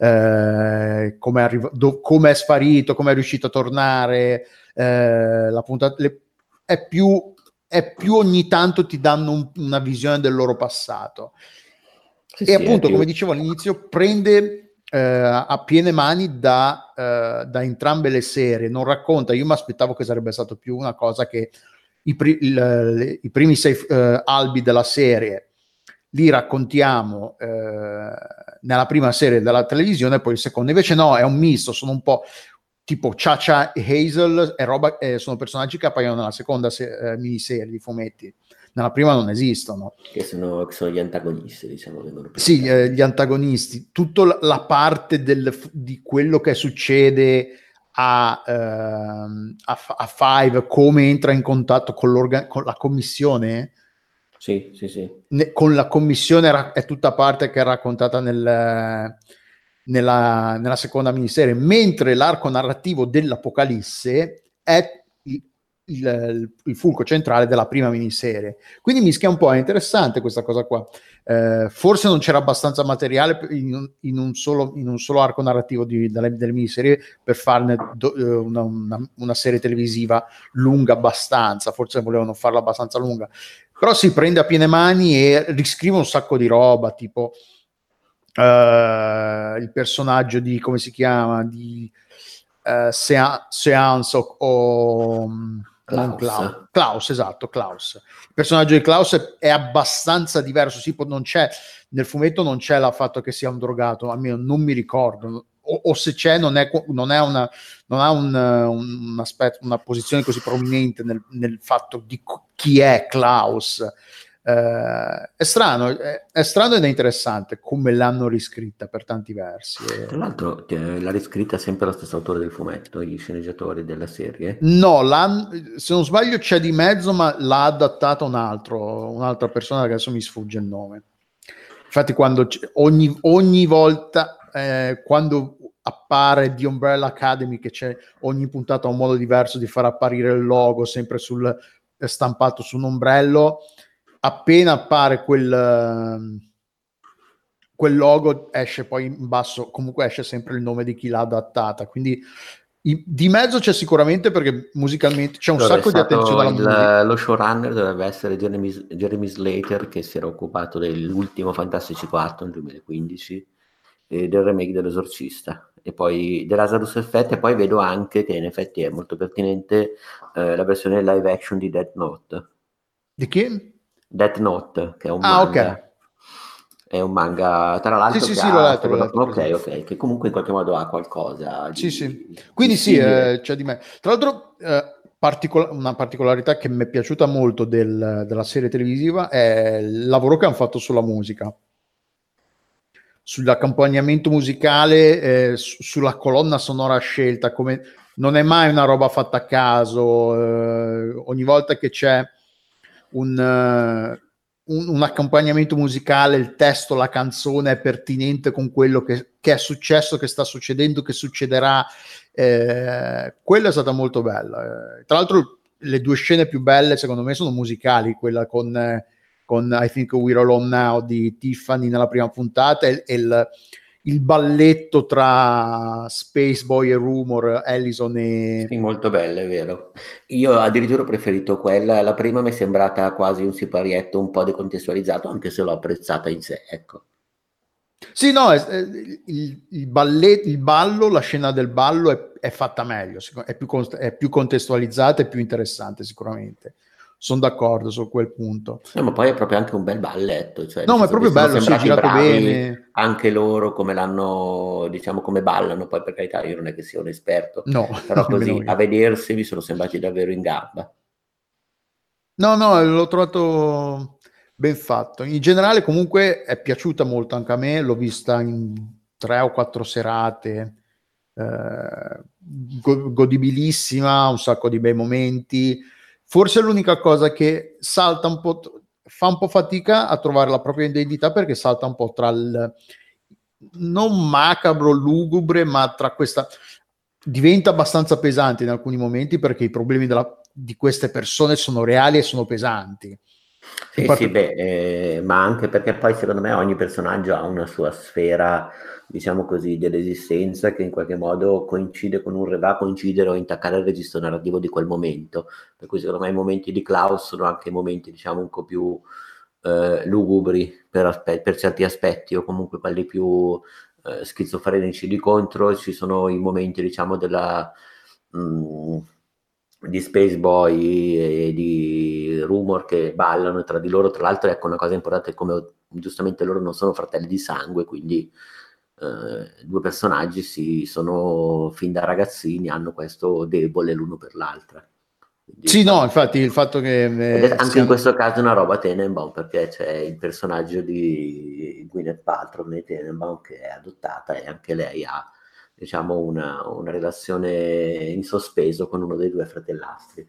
eh, come è, è sparito, come è riuscito a tornare, eh, la puntata, le, è, più, è più ogni tanto ti danno un, una visione del loro passato. Sì, e sì, appunto, come dicevo all'inizio, prende eh, a piene mani da, eh, da entrambe le serie, non racconta, io mi aspettavo che sarebbe stato più una cosa che I, pri- il, i primi sei uh, albi della serie li raccontiamo uh, nella prima serie della televisione, poi il secondo invece no, è un misto, sono un po' tipo Cha-Cha e Hazel e roba, eh, sono personaggi che appaiono nella seconda se- uh, miniserie di fumetti, nella prima non esistono, che sono, che sono gli antagonisti, diciamo, sì, eh, gli antagonisti, tutta la, la parte del, di quello che succede A, ehm, a, a Five, come entra in contatto con, con la commissione, sì, sì, sì. Ne, con la commissione è tutta parte che è raccontata nel, nella, nella seconda miniserie, mentre l'arco narrativo dell'Apocalisse è il, il, il fulcro centrale della prima miniserie, quindi mischia un po', è interessante questa cosa qua. Eh, forse non c'era abbastanza materiale in, in, un, solo, in un solo arco narrativo di, delle, delle miniserie per farne do, una, una, una serie televisiva lunga abbastanza, forse volevano farla abbastanza lunga, però si prende a piene mani e riscrive un sacco di roba, tipo uh, il personaggio di, come si chiama, di uh, Sea- Seance o, o Klaus. Non Klaus. Klaus, esatto, Klaus. Il personaggio di Klaus è, è abbastanza diverso, sì, non c'è, nel fumetto non c'è il fatto che sia un drogato, almeno non mi ricordo, o, o se c'è non, è, non, è una, non ha un, un aspetto, una posizione così prominente nel, nel fatto di chi è Klaus. Uh, è strano, è, è strano ed è interessante come l'hanno riscritta per tanti versi. Tra l'altro l'ha riscritta sempre lo stesso autore del fumetto, gli sceneggiatori della serie? No, se non sbaglio c'è di mezzo, ma l'ha adattata un altro, un'altra persona che adesso mi sfugge il nome. Infatti quando ogni, ogni volta eh, quando appare The Umbrella Academy, che c'è ogni puntata un modo diverso di far apparire il logo sempre sul stampato su un ombrello, appena appare quel, quel logo esce poi in basso, comunque esce sempre il nome di chi l'ha adattata, quindi i, di mezzo c'è sicuramente, perché musicalmente c'è un allora, sacco di attenzione alla il, musica. Lo showrunner dovrebbe essere Jeremy, Jeremy Slater, che si era occupato dell'ultimo Fantastici quattro nel duemilaquindici e del remake dell'Esorcista, e poi The Lazarus Effect, e poi vedo anche che in effetti è molto pertinente eh, la versione live action di Death Note. Di chi? Death Note, che è un ah, manga. Ok. È un manga, tra l'altro, sì, sì, che sì, ha, l'ho letto, l'ho letto, ok, ok, che comunque in qualche modo ha qualcosa di, sì, sì. Quindi di sì, eh, c'è di me. Tra l'altro, eh, particol- una particolarità che mi è piaciuta molto del, della serie televisiva è il lavoro che hanno fatto sulla musica, sull'accompagnamento musicale, eh, su- sulla colonna sonora scelta, come non è mai una roba fatta a caso, eh, ogni volta che c'è un, uh, un, un accompagnamento musicale, il testo, la canzone è pertinente con quello che, che è successo, che sta succedendo, che succederà. Eh, quella è stata molto bella. Eh, tra l'altro le due scene più belle secondo me sono musicali, quella con, eh, con I Think We're Alone Now di Tiffany nella prima puntata e, e il, il balletto tra Space Boy e Rumor, Ellison e... Sì, molto bella, è vero. Io addirittura ho preferito quella, la prima mi è sembrata quasi un siparietto un po' decontestualizzato, anche se l'ho apprezzata in sé, ecco. Sì, no, è, è, il, il, ballet, il ballo, la scena del ballo è, è fatta meglio, è più, è più contestualizzata e più interessante sicuramente. Sono d'accordo su quel punto. No, ma poi è proprio anche un bel balletto, cioè, no, ma è proprio bello, sì, girato bene. Anche loro come l'hanno, diciamo, come ballano, poi per carità io non è che sia un esperto, no, però così a vedersi mi sono sembrati davvero in gamba. No, no, l'ho trovato ben fatto. In generale comunque è piaciuta molto anche a me, l'ho vista in tre o quattro serate, eh, godibilissima, un sacco di bei momenti. Forse l'unica cosa che salta un po', fa un po' fatica a trovare la propria identità, perché salta un po' tra il non macabro, lugubre, ma tra questa... diventa abbastanza pesante in alcuni momenti, perché i problemi della, di queste persone sono reali e sono pesanti. Sì, parte... sì, beh, eh, ma anche perché poi secondo me ogni personaggio ha una sua sfera, diciamo così, dell'esistenza che in qualche modo coincide con un va a coincidere o intaccare il registro narrativo di quel momento. Per cui secondo me i momenti di Klaus sono anche momenti, diciamo, un po' più eh, lugubri per, aspe- per certi aspetti, o comunque quelli più eh, schizofrenici. Di contro ci sono i momenti, diciamo, della... mh, di Space Boy e di Rumor che ballano tra di loro. Tra l'altro, ecco, una cosa importante è come giustamente loro non sono fratelli di sangue, quindi eh, due personaggi si sono fin da ragazzini, hanno questo debole l'uno per l'altra. Quindi, Sì, no, diciamo, infatti il fatto che ed è eh, anche in siano... questo caso una roba Tenenbaum, perché c'è il personaggio di Gwyneth Paltrow nei Tenenbaum che è adottata e anche lei ha, diciamo, una, una relazione in sospeso con uno dei due fratellastri.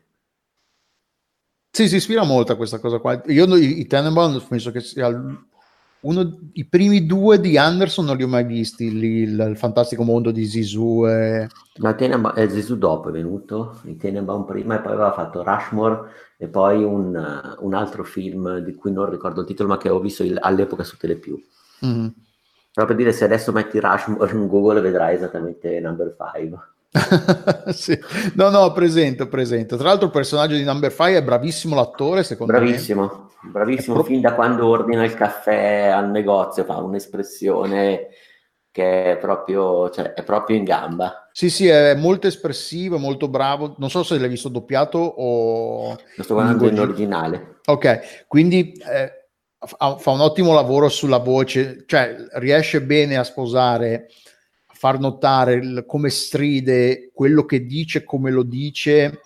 Sì, si ispira molto a questa cosa qua. Io no- i, i Tenenbaum penso che sia l- uno, i primi due di Anderson non li ho mai visti, lì, il, il fantastico mondo di Zizou e... Ma Tenenbaum, eh, Gesù dopo è venuto, i Tenenbaum prima, e poi aveva fatto Rushmore e poi un, uh, un altro film di cui non ricordo il titolo, ma che ho visto il- all'epoca su Telepiù. Mm. Però per dire, se adesso metti Rushmore in Google vedrai esattamente Number five. Sì. No, no, presente, presente. Tra l'altro il personaggio di Number Five è bravissimo l'attore, secondo me. Bravissimo, È bravissimo, pro- fin da quando ordina il caffè al negozio fa un'espressione che è proprio, cioè, è proprio in gamba. Sì, sì, è molto espressivo, è molto bravo. Non so se l'hai visto doppiato o Lo sto in guardando lingua in gi- originale. Ok, quindi eh, fa, fa un ottimo lavoro sulla voce, cioè riesce bene a sposare, a far notare il- come stride quello che dice, come lo dice,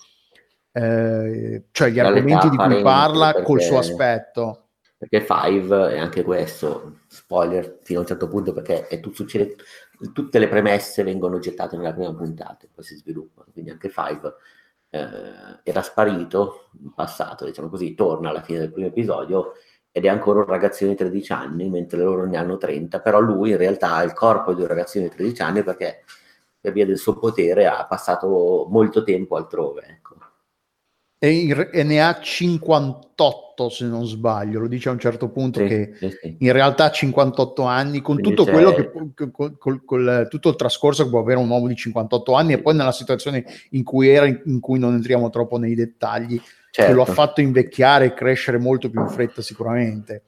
eh, cioè gli Dall'età argomenti di cui apparente, parla col suo perché, aspetto. perché Five è anche questo, spoiler fino a un certo punto, perché è tu, succede, tutte le premesse vengono gettate nella prima puntata e poi si sviluppano, quindi anche Five eh, era sparito in passato, diciamo così, torna alla fine del primo episodio ed è ancora un ragazzino di tredici anni, mentre loro ne hanno trenta, però lui in realtà ha il corpo di un ragazzino di tredici anni perché per via del suo potere ha passato molto tempo altrove, ecco. E, in- e ne ha cinquantotto se non sbaglio, lo dice a un certo punto Sì, che sì, sì. in realtà ha cinquantotto anni, con Quindi tutto quello c'è... che pu- col, col- col- tutto il trascorso che può avere un uomo di cinquantotto anni e poi nella situazione in cui era, in, in cui non entriamo troppo nei dettagli, che lo ha Certo. fatto invecchiare e crescere molto più in fretta sicuramente.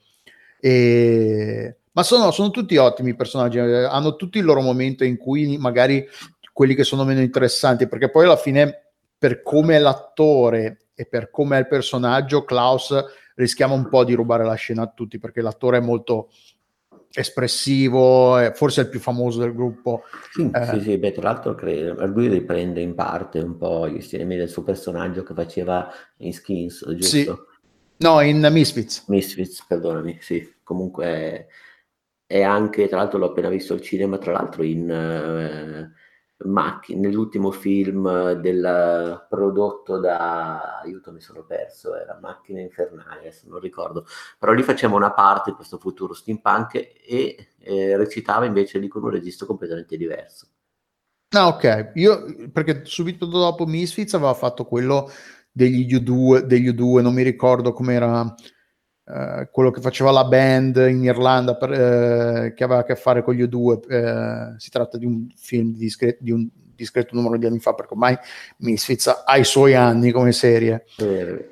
E... Ma sono, sono tutti ottimi personaggi, eh, hanno tutti il loro momento in cui magari quelli che sono meno interessanti, perché poi alla fine per come è l'attore e per come è il personaggio, Klaus rischiamo un po' di rubare la scena a tutti, perché l'attore è molto espressivo, è forse il più famoso del gruppo. Sì, sì, Eh, sì, beh, tra l'altro credo, lui riprende in parte un po' gli stilemi del suo personaggio che faceva in Skins, sì, giusto? no, in Misfits. Misfits, perdonami, sì, comunque è, è anche, tra l'altro l'ho appena visto al cinema, tra l'altro in eh, Macchi- nell'ultimo film del, prodotto da, aiuto mi sono perso, era Macchine Infernali, adesso non ricordo, però lì faceva una parte di questo futuro steampunk e eh, recitava invece lì con un registro completamente diverso. Ah, ok, io perché subito dopo Misfits aveva fatto quello degli U due, degli U due, non mi ricordo com'era, eh, quello che faceva la band in Irlanda per, eh, che aveva a che fare con gli U due. Eh, si tratta di un film di, discre- di un discreto numero di anni fa, perché ormai Misfits ha i suoi anni come serie. Eh,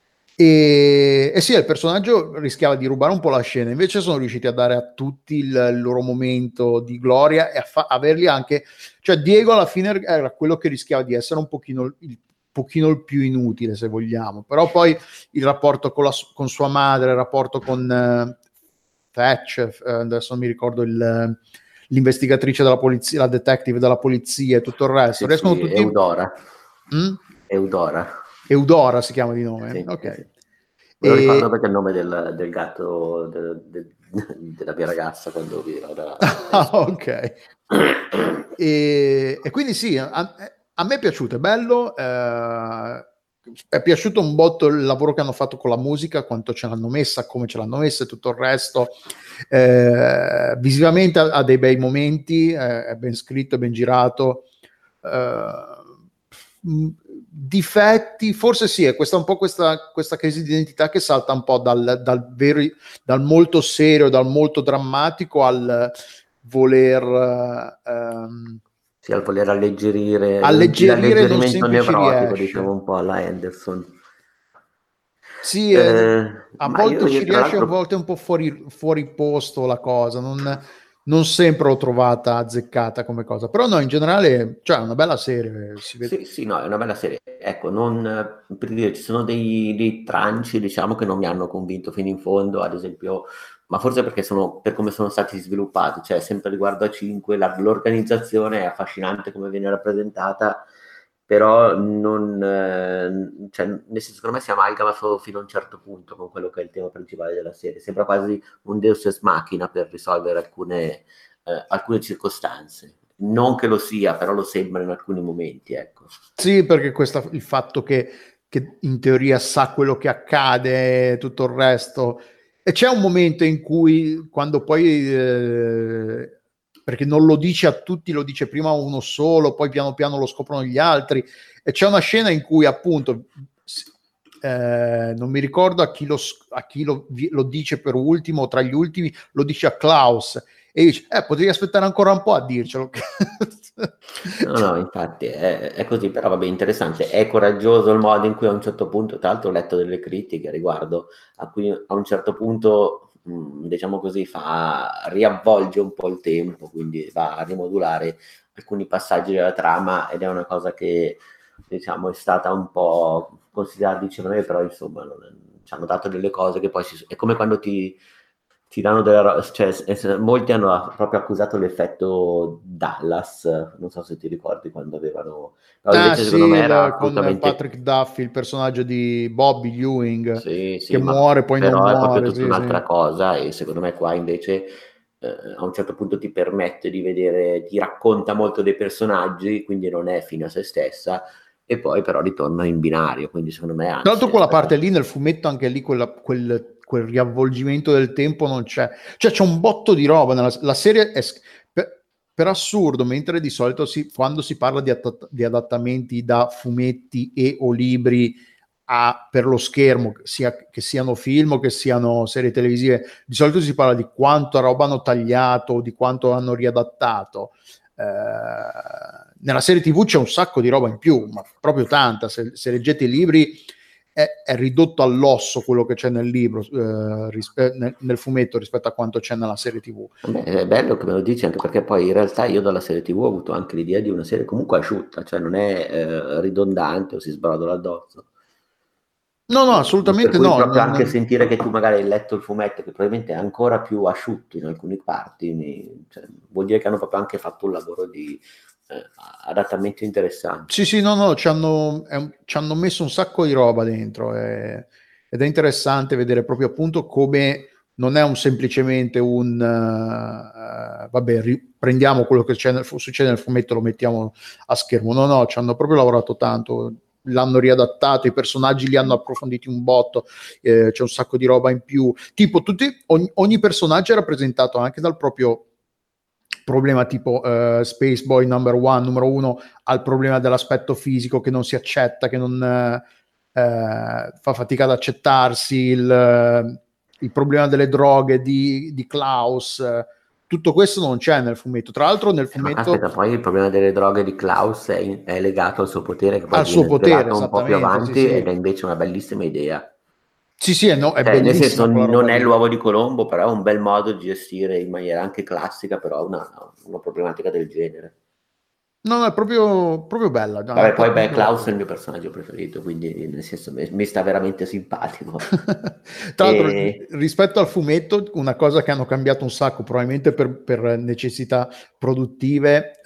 E, e sì, il personaggio rischiava di rubare un po' la scena, invece sono riusciti a dare a tutti il, il loro momento di gloria e a fa- averli anche, cioè Diego alla fine era quello che rischiava di essere un pochino il, pochino il più inutile, se vogliamo, però poi il rapporto con, la, con sua madre, il rapporto con eh, Thatch, eh, adesso non mi ricordo il, l'investigatrice della polizia, la detective della polizia e tutto il resto, sì, riescono sì, tutti... Eudora. Mm? Eudora. Eudora si chiama di nome, Sì, sì, ok. sì. Me lo ricordo E... perché è il nome del, del gatto del- del- della mia ragazza quando viveva da Ah, ok. E, e quindi sì, a, a me è piaciuto, è bello, eh, è piaciuto un botto il lavoro che hanno fatto con la musica, quanto ce l'hanno messa, come ce l'hanno messa e tutto il resto. Eh, visivamente ha, ha dei bei momenti, eh, è ben scritto, è ben girato. Eh, difetti, forse sì, è questa un po' questa, questa crisi di identità che salta un po' dal, dal, veri, dal molto serio, dal molto drammatico al voler ehm, sì, al voler alleggerire, alleggerire non l'alleggerimento sempre ci nevrotico, riesce. diciamo un po' alla Anderson. Sì, eh, Eh, a ma io, volte io ci tra riesce, a l'altro volte è un po' fuori, fuori posto la cosa, non, non sempre l'ho trovata azzeccata come cosa, però no, in generale, cioè è una bella serie, si vede. sì, sì, no, è una bella serie. Ecco, non, eh, per dire, ci sono dei, dei tranci, diciamo, che non mi hanno convinto fino in fondo, ad esempio, ma forse perché sono, per come sono stati sviluppati, cioè sempre riguardo a cinque, la- l'organizzazione è affascinante come viene rappresentata, però non, eh, cioè, nel senso, secondo me si amalgama solo fino a un certo punto con quello che è il tema principale della serie. Sembra quasi un Deus ex machina per risolvere alcune, eh, alcune circostanze. Non che lo sia, però lo sembra in alcuni momenti, ecco. Sì, perché questa, il fatto che, che in teoria sa quello che accade e tutto il resto. E c'è un momento in cui, quando poi, eh, perché non lo dice a tutti, lo dice prima a uno solo, poi piano piano lo scoprono gli altri, e c'è una scena in cui appunto, eh, non mi ricordo a chi, lo, a chi lo, lo dice per ultimo, tra gli ultimi, lo dice a Klaus, e dice, eh, potevi aspettare ancora un po' a dircelo. No, no, infatti è, è così, però vabbè, interessante, è coraggioso il modo in cui a un certo punto, tra l'altro ho letto delle critiche a riguardo, a cui a un certo punto, mh, diciamo così, fa, riavvolge un po' il tempo, quindi va a rimodulare alcuni passaggi della trama, ed è una cosa che, diciamo, è stata un po' considerata, dicevano, però insomma, non è- ci hanno dato delle cose che poi si, è come quando ti ti danno delle ro- cioè, es- molti hanno proprio accusato l'effetto Dallas, non so se ti ricordi quando avevano, però Ah invece secondo sì, me era il- con assolutamente Patrick Duffy, il personaggio di Bobby Ewing, sì, che sì, ma muore poi non però è proprio muore, tutta sì, sì. un'altra cosa, e secondo me qua invece eh, a un certo punto ti permette di vedere, ti racconta molto dei personaggi, quindi non è fine a se stessa, e poi però ritorna in binario, quindi secondo me Tra l'altro anzi è quella stata. parte lì nel fumetto, anche lì quella- quel, quel riavvolgimento del tempo non c'è. Cioè c'è un botto di roba, nella, la serie è, s- per, per assurdo, mentre di solito si, quando si parla di, atta- di adattamenti da fumetti e o libri a, per lo schermo, sia che siano film o che siano serie televisive, di solito si parla di quanto roba hanno tagliato, di quanto hanno riadattato. Eh, nella serie tivù c'è un sacco di roba in più, ma proprio tanta. Se, se leggete i libri è, è ridotto all'osso quello che c'è nel libro, eh, rispe- nel, nel fumetto, rispetto a quanto c'è nella serie tivù. Vabbè, è bello che me lo dici, anche perché poi in realtà io dalla serie tivù ho avuto anche l'idea di una serie comunque asciutta, cioè non è eh, ridondante o si sbrodola addosso. No, no, Per assolutamente cui no. proprio Non, anche non... sentire che tu magari hai letto il fumetto, che probabilmente è ancora più asciutto in alcune parti, mi- cioè, vuol dire che hanno proprio anche fatto un lavoro di eh, adattamento interessante. Sì, sì, no, no, ci hanno, è un- ci hanno messo un sacco di roba dentro, eh, ed è interessante vedere proprio appunto come non è un semplicemente un eh, vabbè, riprendiamo quello che c'è nel, succede nel fumetto, lo mettiamo a schermo. No, no, ci hanno proprio lavorato tanto, l'hanno riadattato, i personaggi li hanno approfonditi un botto, eh, c'è un sacco di roba in più. Tipo, tutti, ogni, ogni personaggio è rappresentato anche dal proprio problema, tipo uh, Space Boy number one, numero uno, ha il problema dell'aspetto fisico che non si accetta, che non eh, eh, fa fatica ad accettarsi, il, eh, il problema delle droghe di, di Klaus, eh, tutto questo non c'è nel fumetto. Tra l'altro nel Eh, ma fumetto caspita, poi il problema delle droghe di Klaus è, in- è legato al suo potere, che poi al suo viene potere, svelato un po' più esattamente, sì, avanti, ed è sì. invece una bellissima idea. Sì, sì, è, no, è Cioè, nel senso, bellissima quella roba non è lì. l'uovo di Colombo, però è un bel modo di gestire in maniera anche classica, però una, una problematica del genere. No, no, è proprio, proprio bella. No, è Vabbè, poi beh, proprio bella. Klaus è il mio personaggio preferito, quindi nel senso mi, mi sta veramente simpatico. Tra l'altro, E rispetto al fumetto, una cosa che hanno cambiato un sacco, probabilmente per, per necessità produttive,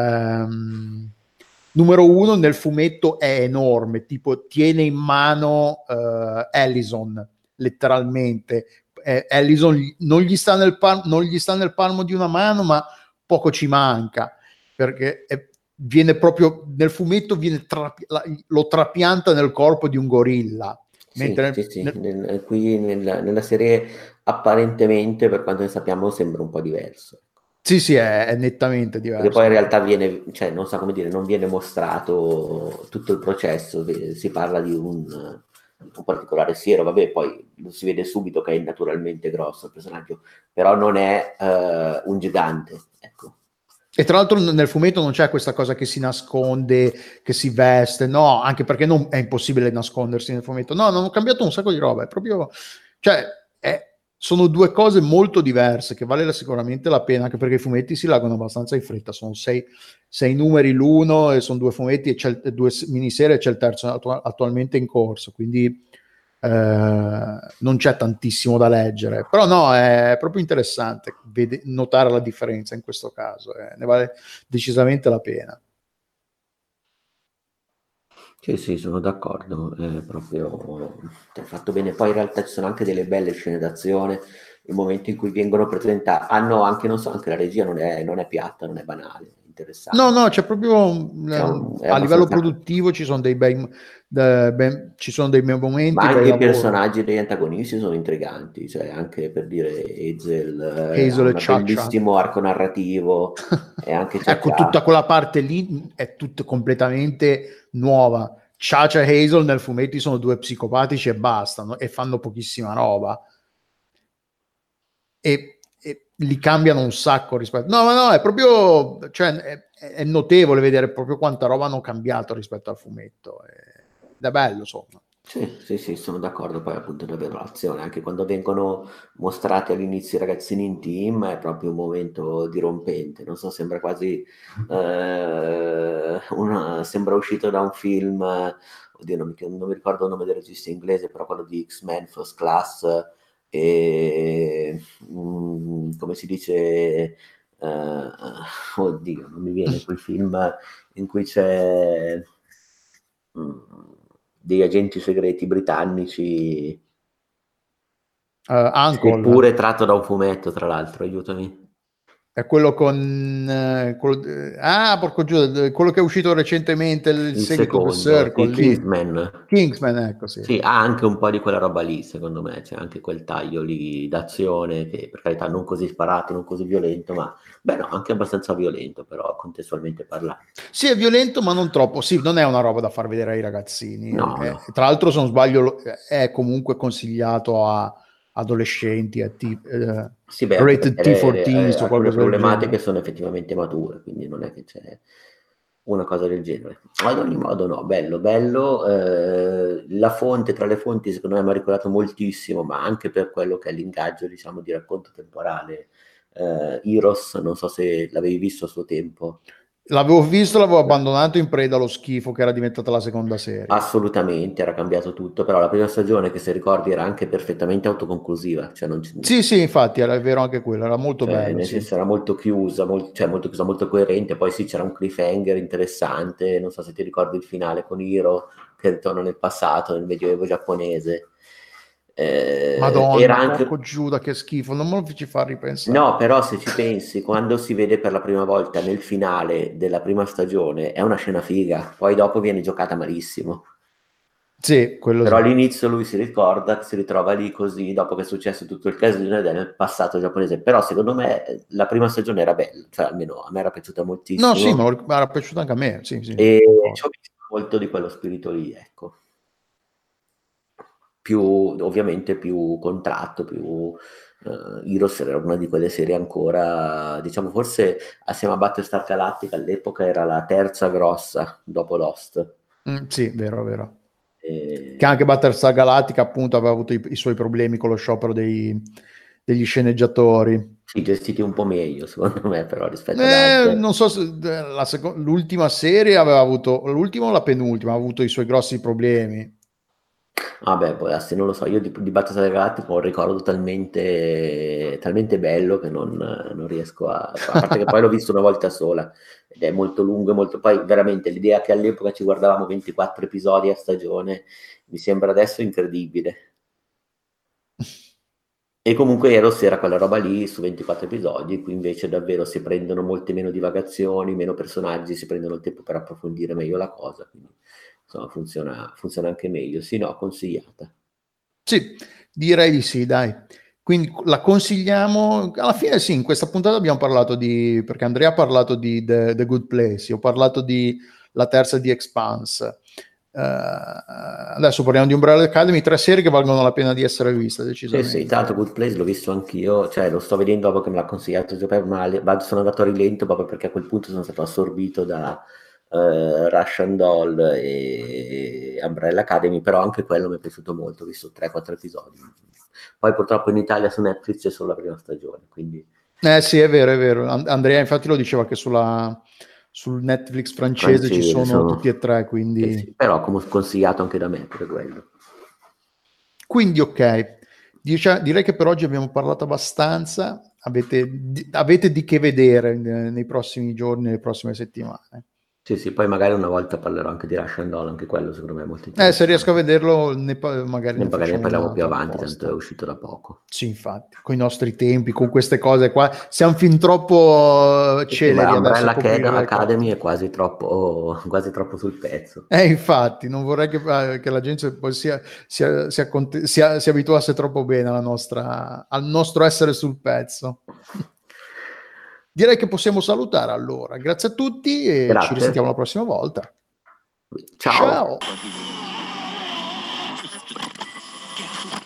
ehm, numero uno, nel fumetto è enorme, tipo tiene in mano eh, Ellison, letteralmente. Eh, Ellison non gli, sta nel pal- non gli sta nel palmo di una mano, ma poco ci manca, perché è, viene proprio nel fumetto viene trapi- la, lo trapianta nel corpo di un gorilla, sì, sì, mentre sì, nel, nel- qui nel- nella serie apparentemente, per quanto ne sappiamo, sembra un po' diverso. Sì, sì, è, è nettamente diverso. Perché poi in realtà viene, cioè non so come dire, non viene mostrato tutto il processo, si parla di un, un particolare siero, vabbè, poi lo si vede subito che è naturalmente grosso il personaggio, però non è uh, un gigante, ecco. E tra l'altro nel fumetto non c'è questa cosa che si nasconde, che si veste, no, anche perché non è impossibile nascondersi nel fumetto. No, non ho cambiato un sacco di roba, è proprio, cioè, è, sono due cose molto diverse che vale sicuramente la pena, anche perché i fumetti si leggono abbastanza in fretta, sono sei, sei numeri l'uno e sono due fumetti e c'è due miniserie e c'è il terzo attu- attualmente in corso, quindi eh, non c'è tantissimo da leggere, però no, è proprio interessante vede, notare la differenza in questo caso, eh, ne vale decisamente la pena. Sì, sì, sono d'accordo, è proprio cioè, fatto bene. Poi in realtà ci sono anche delle belle scene d'azione, il momento in cui vengono presentate, hanno anche, non so, anche la regia non è, non è piatta, non è banale, interessante. No, no, c'è proprio C'è un, a livello produttivo ci sono dei bei, de, ben, ci sono dei bei momenti. Ma anche bei i lavori. personaggi degli antagonisti sono intriganti, cioè anche per dire Hazel, eh, ha Hazel un e Cha-Cha. bellissimo arco narrativo e anche Cha-Cha. Ecco, tutta quella parte lì è tutta completamente nuova. Cha-Cha e Hazel nel fumetti sono due psicopatici e bastano e fanno pochissima roba e, e li cambiano un sacco rispetto. No, ma no, è proprio, cioè, è, è notevole vedere proprio quanta roba hanno cambiato rispetto al fumetto. Ed è bello, insomma. Sì, sì, sì, sono d'accordo. Poi appunto davvero l'azione, anche quando vengono mostrati all'inizio i ragazzini in team, è proprio un momento dirompente. Non so, sembra quasi eh, una, sembra uscito da un film, oddio, non mi, non mi ricordo il nome del regista inglese, però quello di X-Men First Class, e mm, come si dice, eh, oddio, non mi viene quel film in cui c'è mm, degli agenti segreti britannici, Uh, seppure tratto da un fumetto, tra l'altro, aiutami. È quello con eh, quello, eh, ah, porco giù, quello che è uscito recentemente, il, Il seguito del secondo, Circle, il lì. Kingsman. Kingsman, ecco, sì. Sì, ha anche un po' di quella roba lì, secondo me, c'è anche quel taglio lì d'azione che per carità non così sparato, non così violento, ma beh no, anche abbastanza violento, però contestualmente parlando. Sì, è violento, ma non troppo. Sì, non è una roba da far vedere ai ragazzini. No, eh, no. Tra l'altro, se non sbaglio, è comunque consigliato a adolescenti, a t- eh, sì, beh, rated T quattordici eh, o alcune qualcosa del problematiche genere. sono effettivamente mature, quindi non è che c'è una cosa del genere. Ad ogni modo no, bello, bello. Eh, la fonte, tra le fonti, secondo me mi ha ricordato moltissimo, ma anche per quello che è l'ingaggio, diciamo, di racconto temporale. Eh, Heroes, non so se l'avevi visto a suo tempo. L'avevo visto, l'avevo abbandonato in preda allo schifo che era diventata la seconda serie. Assolutamente, era cambiato tutto, però la prima stagione, che se ricordi, era anche perfettamente autoconclusiva. Cioè non c- Sì, sì, infatti, era vero anche quello, era molto cioè, bello, nel sì. senso era molto chiusa, mol- cioè molto chiusa, molto coerente. Poi sì, c'era un cliffhanger interessante, non so se ti ricordi il finale con Hiro che ritorna nel passato, nel medioevo giapponese. Eh, Madonna, era anche... porco Giuda, che schifo, non me lo ci fa ripensare. No, però se ci pensi, quando si vede per la prima volta nel finale della prima stagione, è una scena figa, poi dopo viene giocata malissimo. Sì, quello Però sì. all'inizio lui si ricorda che si ritrova lì così, dopo che è successo tutto il casino ed è nel passato giapponese. Però secondo me la prima stagione era bella, cioè almeno a me era piaciuta moltissimo. No, sì, ma era piaciuto anche a me, sì, sì. E ci ho visto molto di quello spirito lì, ecco. Più, ovviamente, più contratto, più... Uh, Heroes era una di quelle serie ancora, diciamo, forse assieme a Battlestar Galactica all'epoca era la terza grossa dopo Lost. Mm, sì, vero, vero. E... Che anche Battlestar Galactica appunto aveva avuto i, i suoi problemi con lo sciopero dei, degli sceneggiatori. Sì, gestiti un po' meglio, secondo me, però rispetto ad Eh, altre. non so se la seco- l'ultima serie aveva avuto, l'ultima o la penultima, ha avuto i suoi grossi problemi. Vabbè, poi adesso non lo so, io di, di Battlestar Galactica ho un ricordo talmente, talmente bello che non, non riesco a... A parte che poi l'ho visto una volta sola, ed è molto lungo e molto... Poi veramente l'idea che all'epoca ci guardavamo ventiquattro episodi a stagione mi sembra adesso incredibile. E comunque Eros era quella roba lì su ventiquattro episodi, qui invece davvero si prendono molte meno divagazioni, meno personaggi, si prendono il tempo per approfondire meglio la cosa, quindi insomma funziona, funziona anche meglio. Sì, no, consigliata. Sì, direi di sì, dai. quindi la consigliamo. Alla fine sì, in questa puntata abbiamo parlato di, perché Andrea ha parlato di The, The Good Place, io ho parlato di la terza di Expanse. Uh, adesso parliamo di Umbrella Academy, tre serie che valgono la pena di essere viste decisamente. Sì, sì, tanto Good Place l'ho visto anch'io, cioè lo sto vedendo dopo che me l'ha consigliato Giuseppe, ma le- vado- sono andato a rilento proprio perché a quel punto sono stato assorbito da eh, Russian Doll e Umbrella Academy, però anche quello mi è piaciuto molto, ho visto tre quattro episodi. Poi purtroppo in Italia su Netflix c'è solo la prima stagione, quindi... Eh sì, è vero, è vero. And- Andrea infatti lo diceva che sulla, sul Netflix francese ci Francese, sono, sono- tutti e tre, quindi... Sì, sì, però come consigliato anche da me per quello. Quindi ok, Dice- direi che per oggi abbiamo parlato abbastanza, avete di, avete di che vedere eh, nei prossimi giorni, nelle prossime settimane. Sì, sì, poi magari una volta parlerò anche di Russian Doll, anche quello secondo me è molto Eh, interessante. se riesco a vederlo, ne pa- magari Ne ne magari ne facciamo parliamo una più altra avanti, apposta. tanto è uscito da poco. Sì, infatti, con i nostri tempi, con queste cose qua, siamo fin troppo eh, Sì, celeri ma adesso a Umbrella coprire le Academy cose. è quasi troppo, quasi troppo sul pezzo. Eh, infatti, non vorrei che, eh, che la gente poi sia, sia, sia, conte- sia- si abituasse troppo bene alla nostra, al nostro essere sul pezzo. Direi che possiamo salutare allora. Grazie a tutti e Grazie. ci risentiamo la prossima volta. Ciao. Ciao.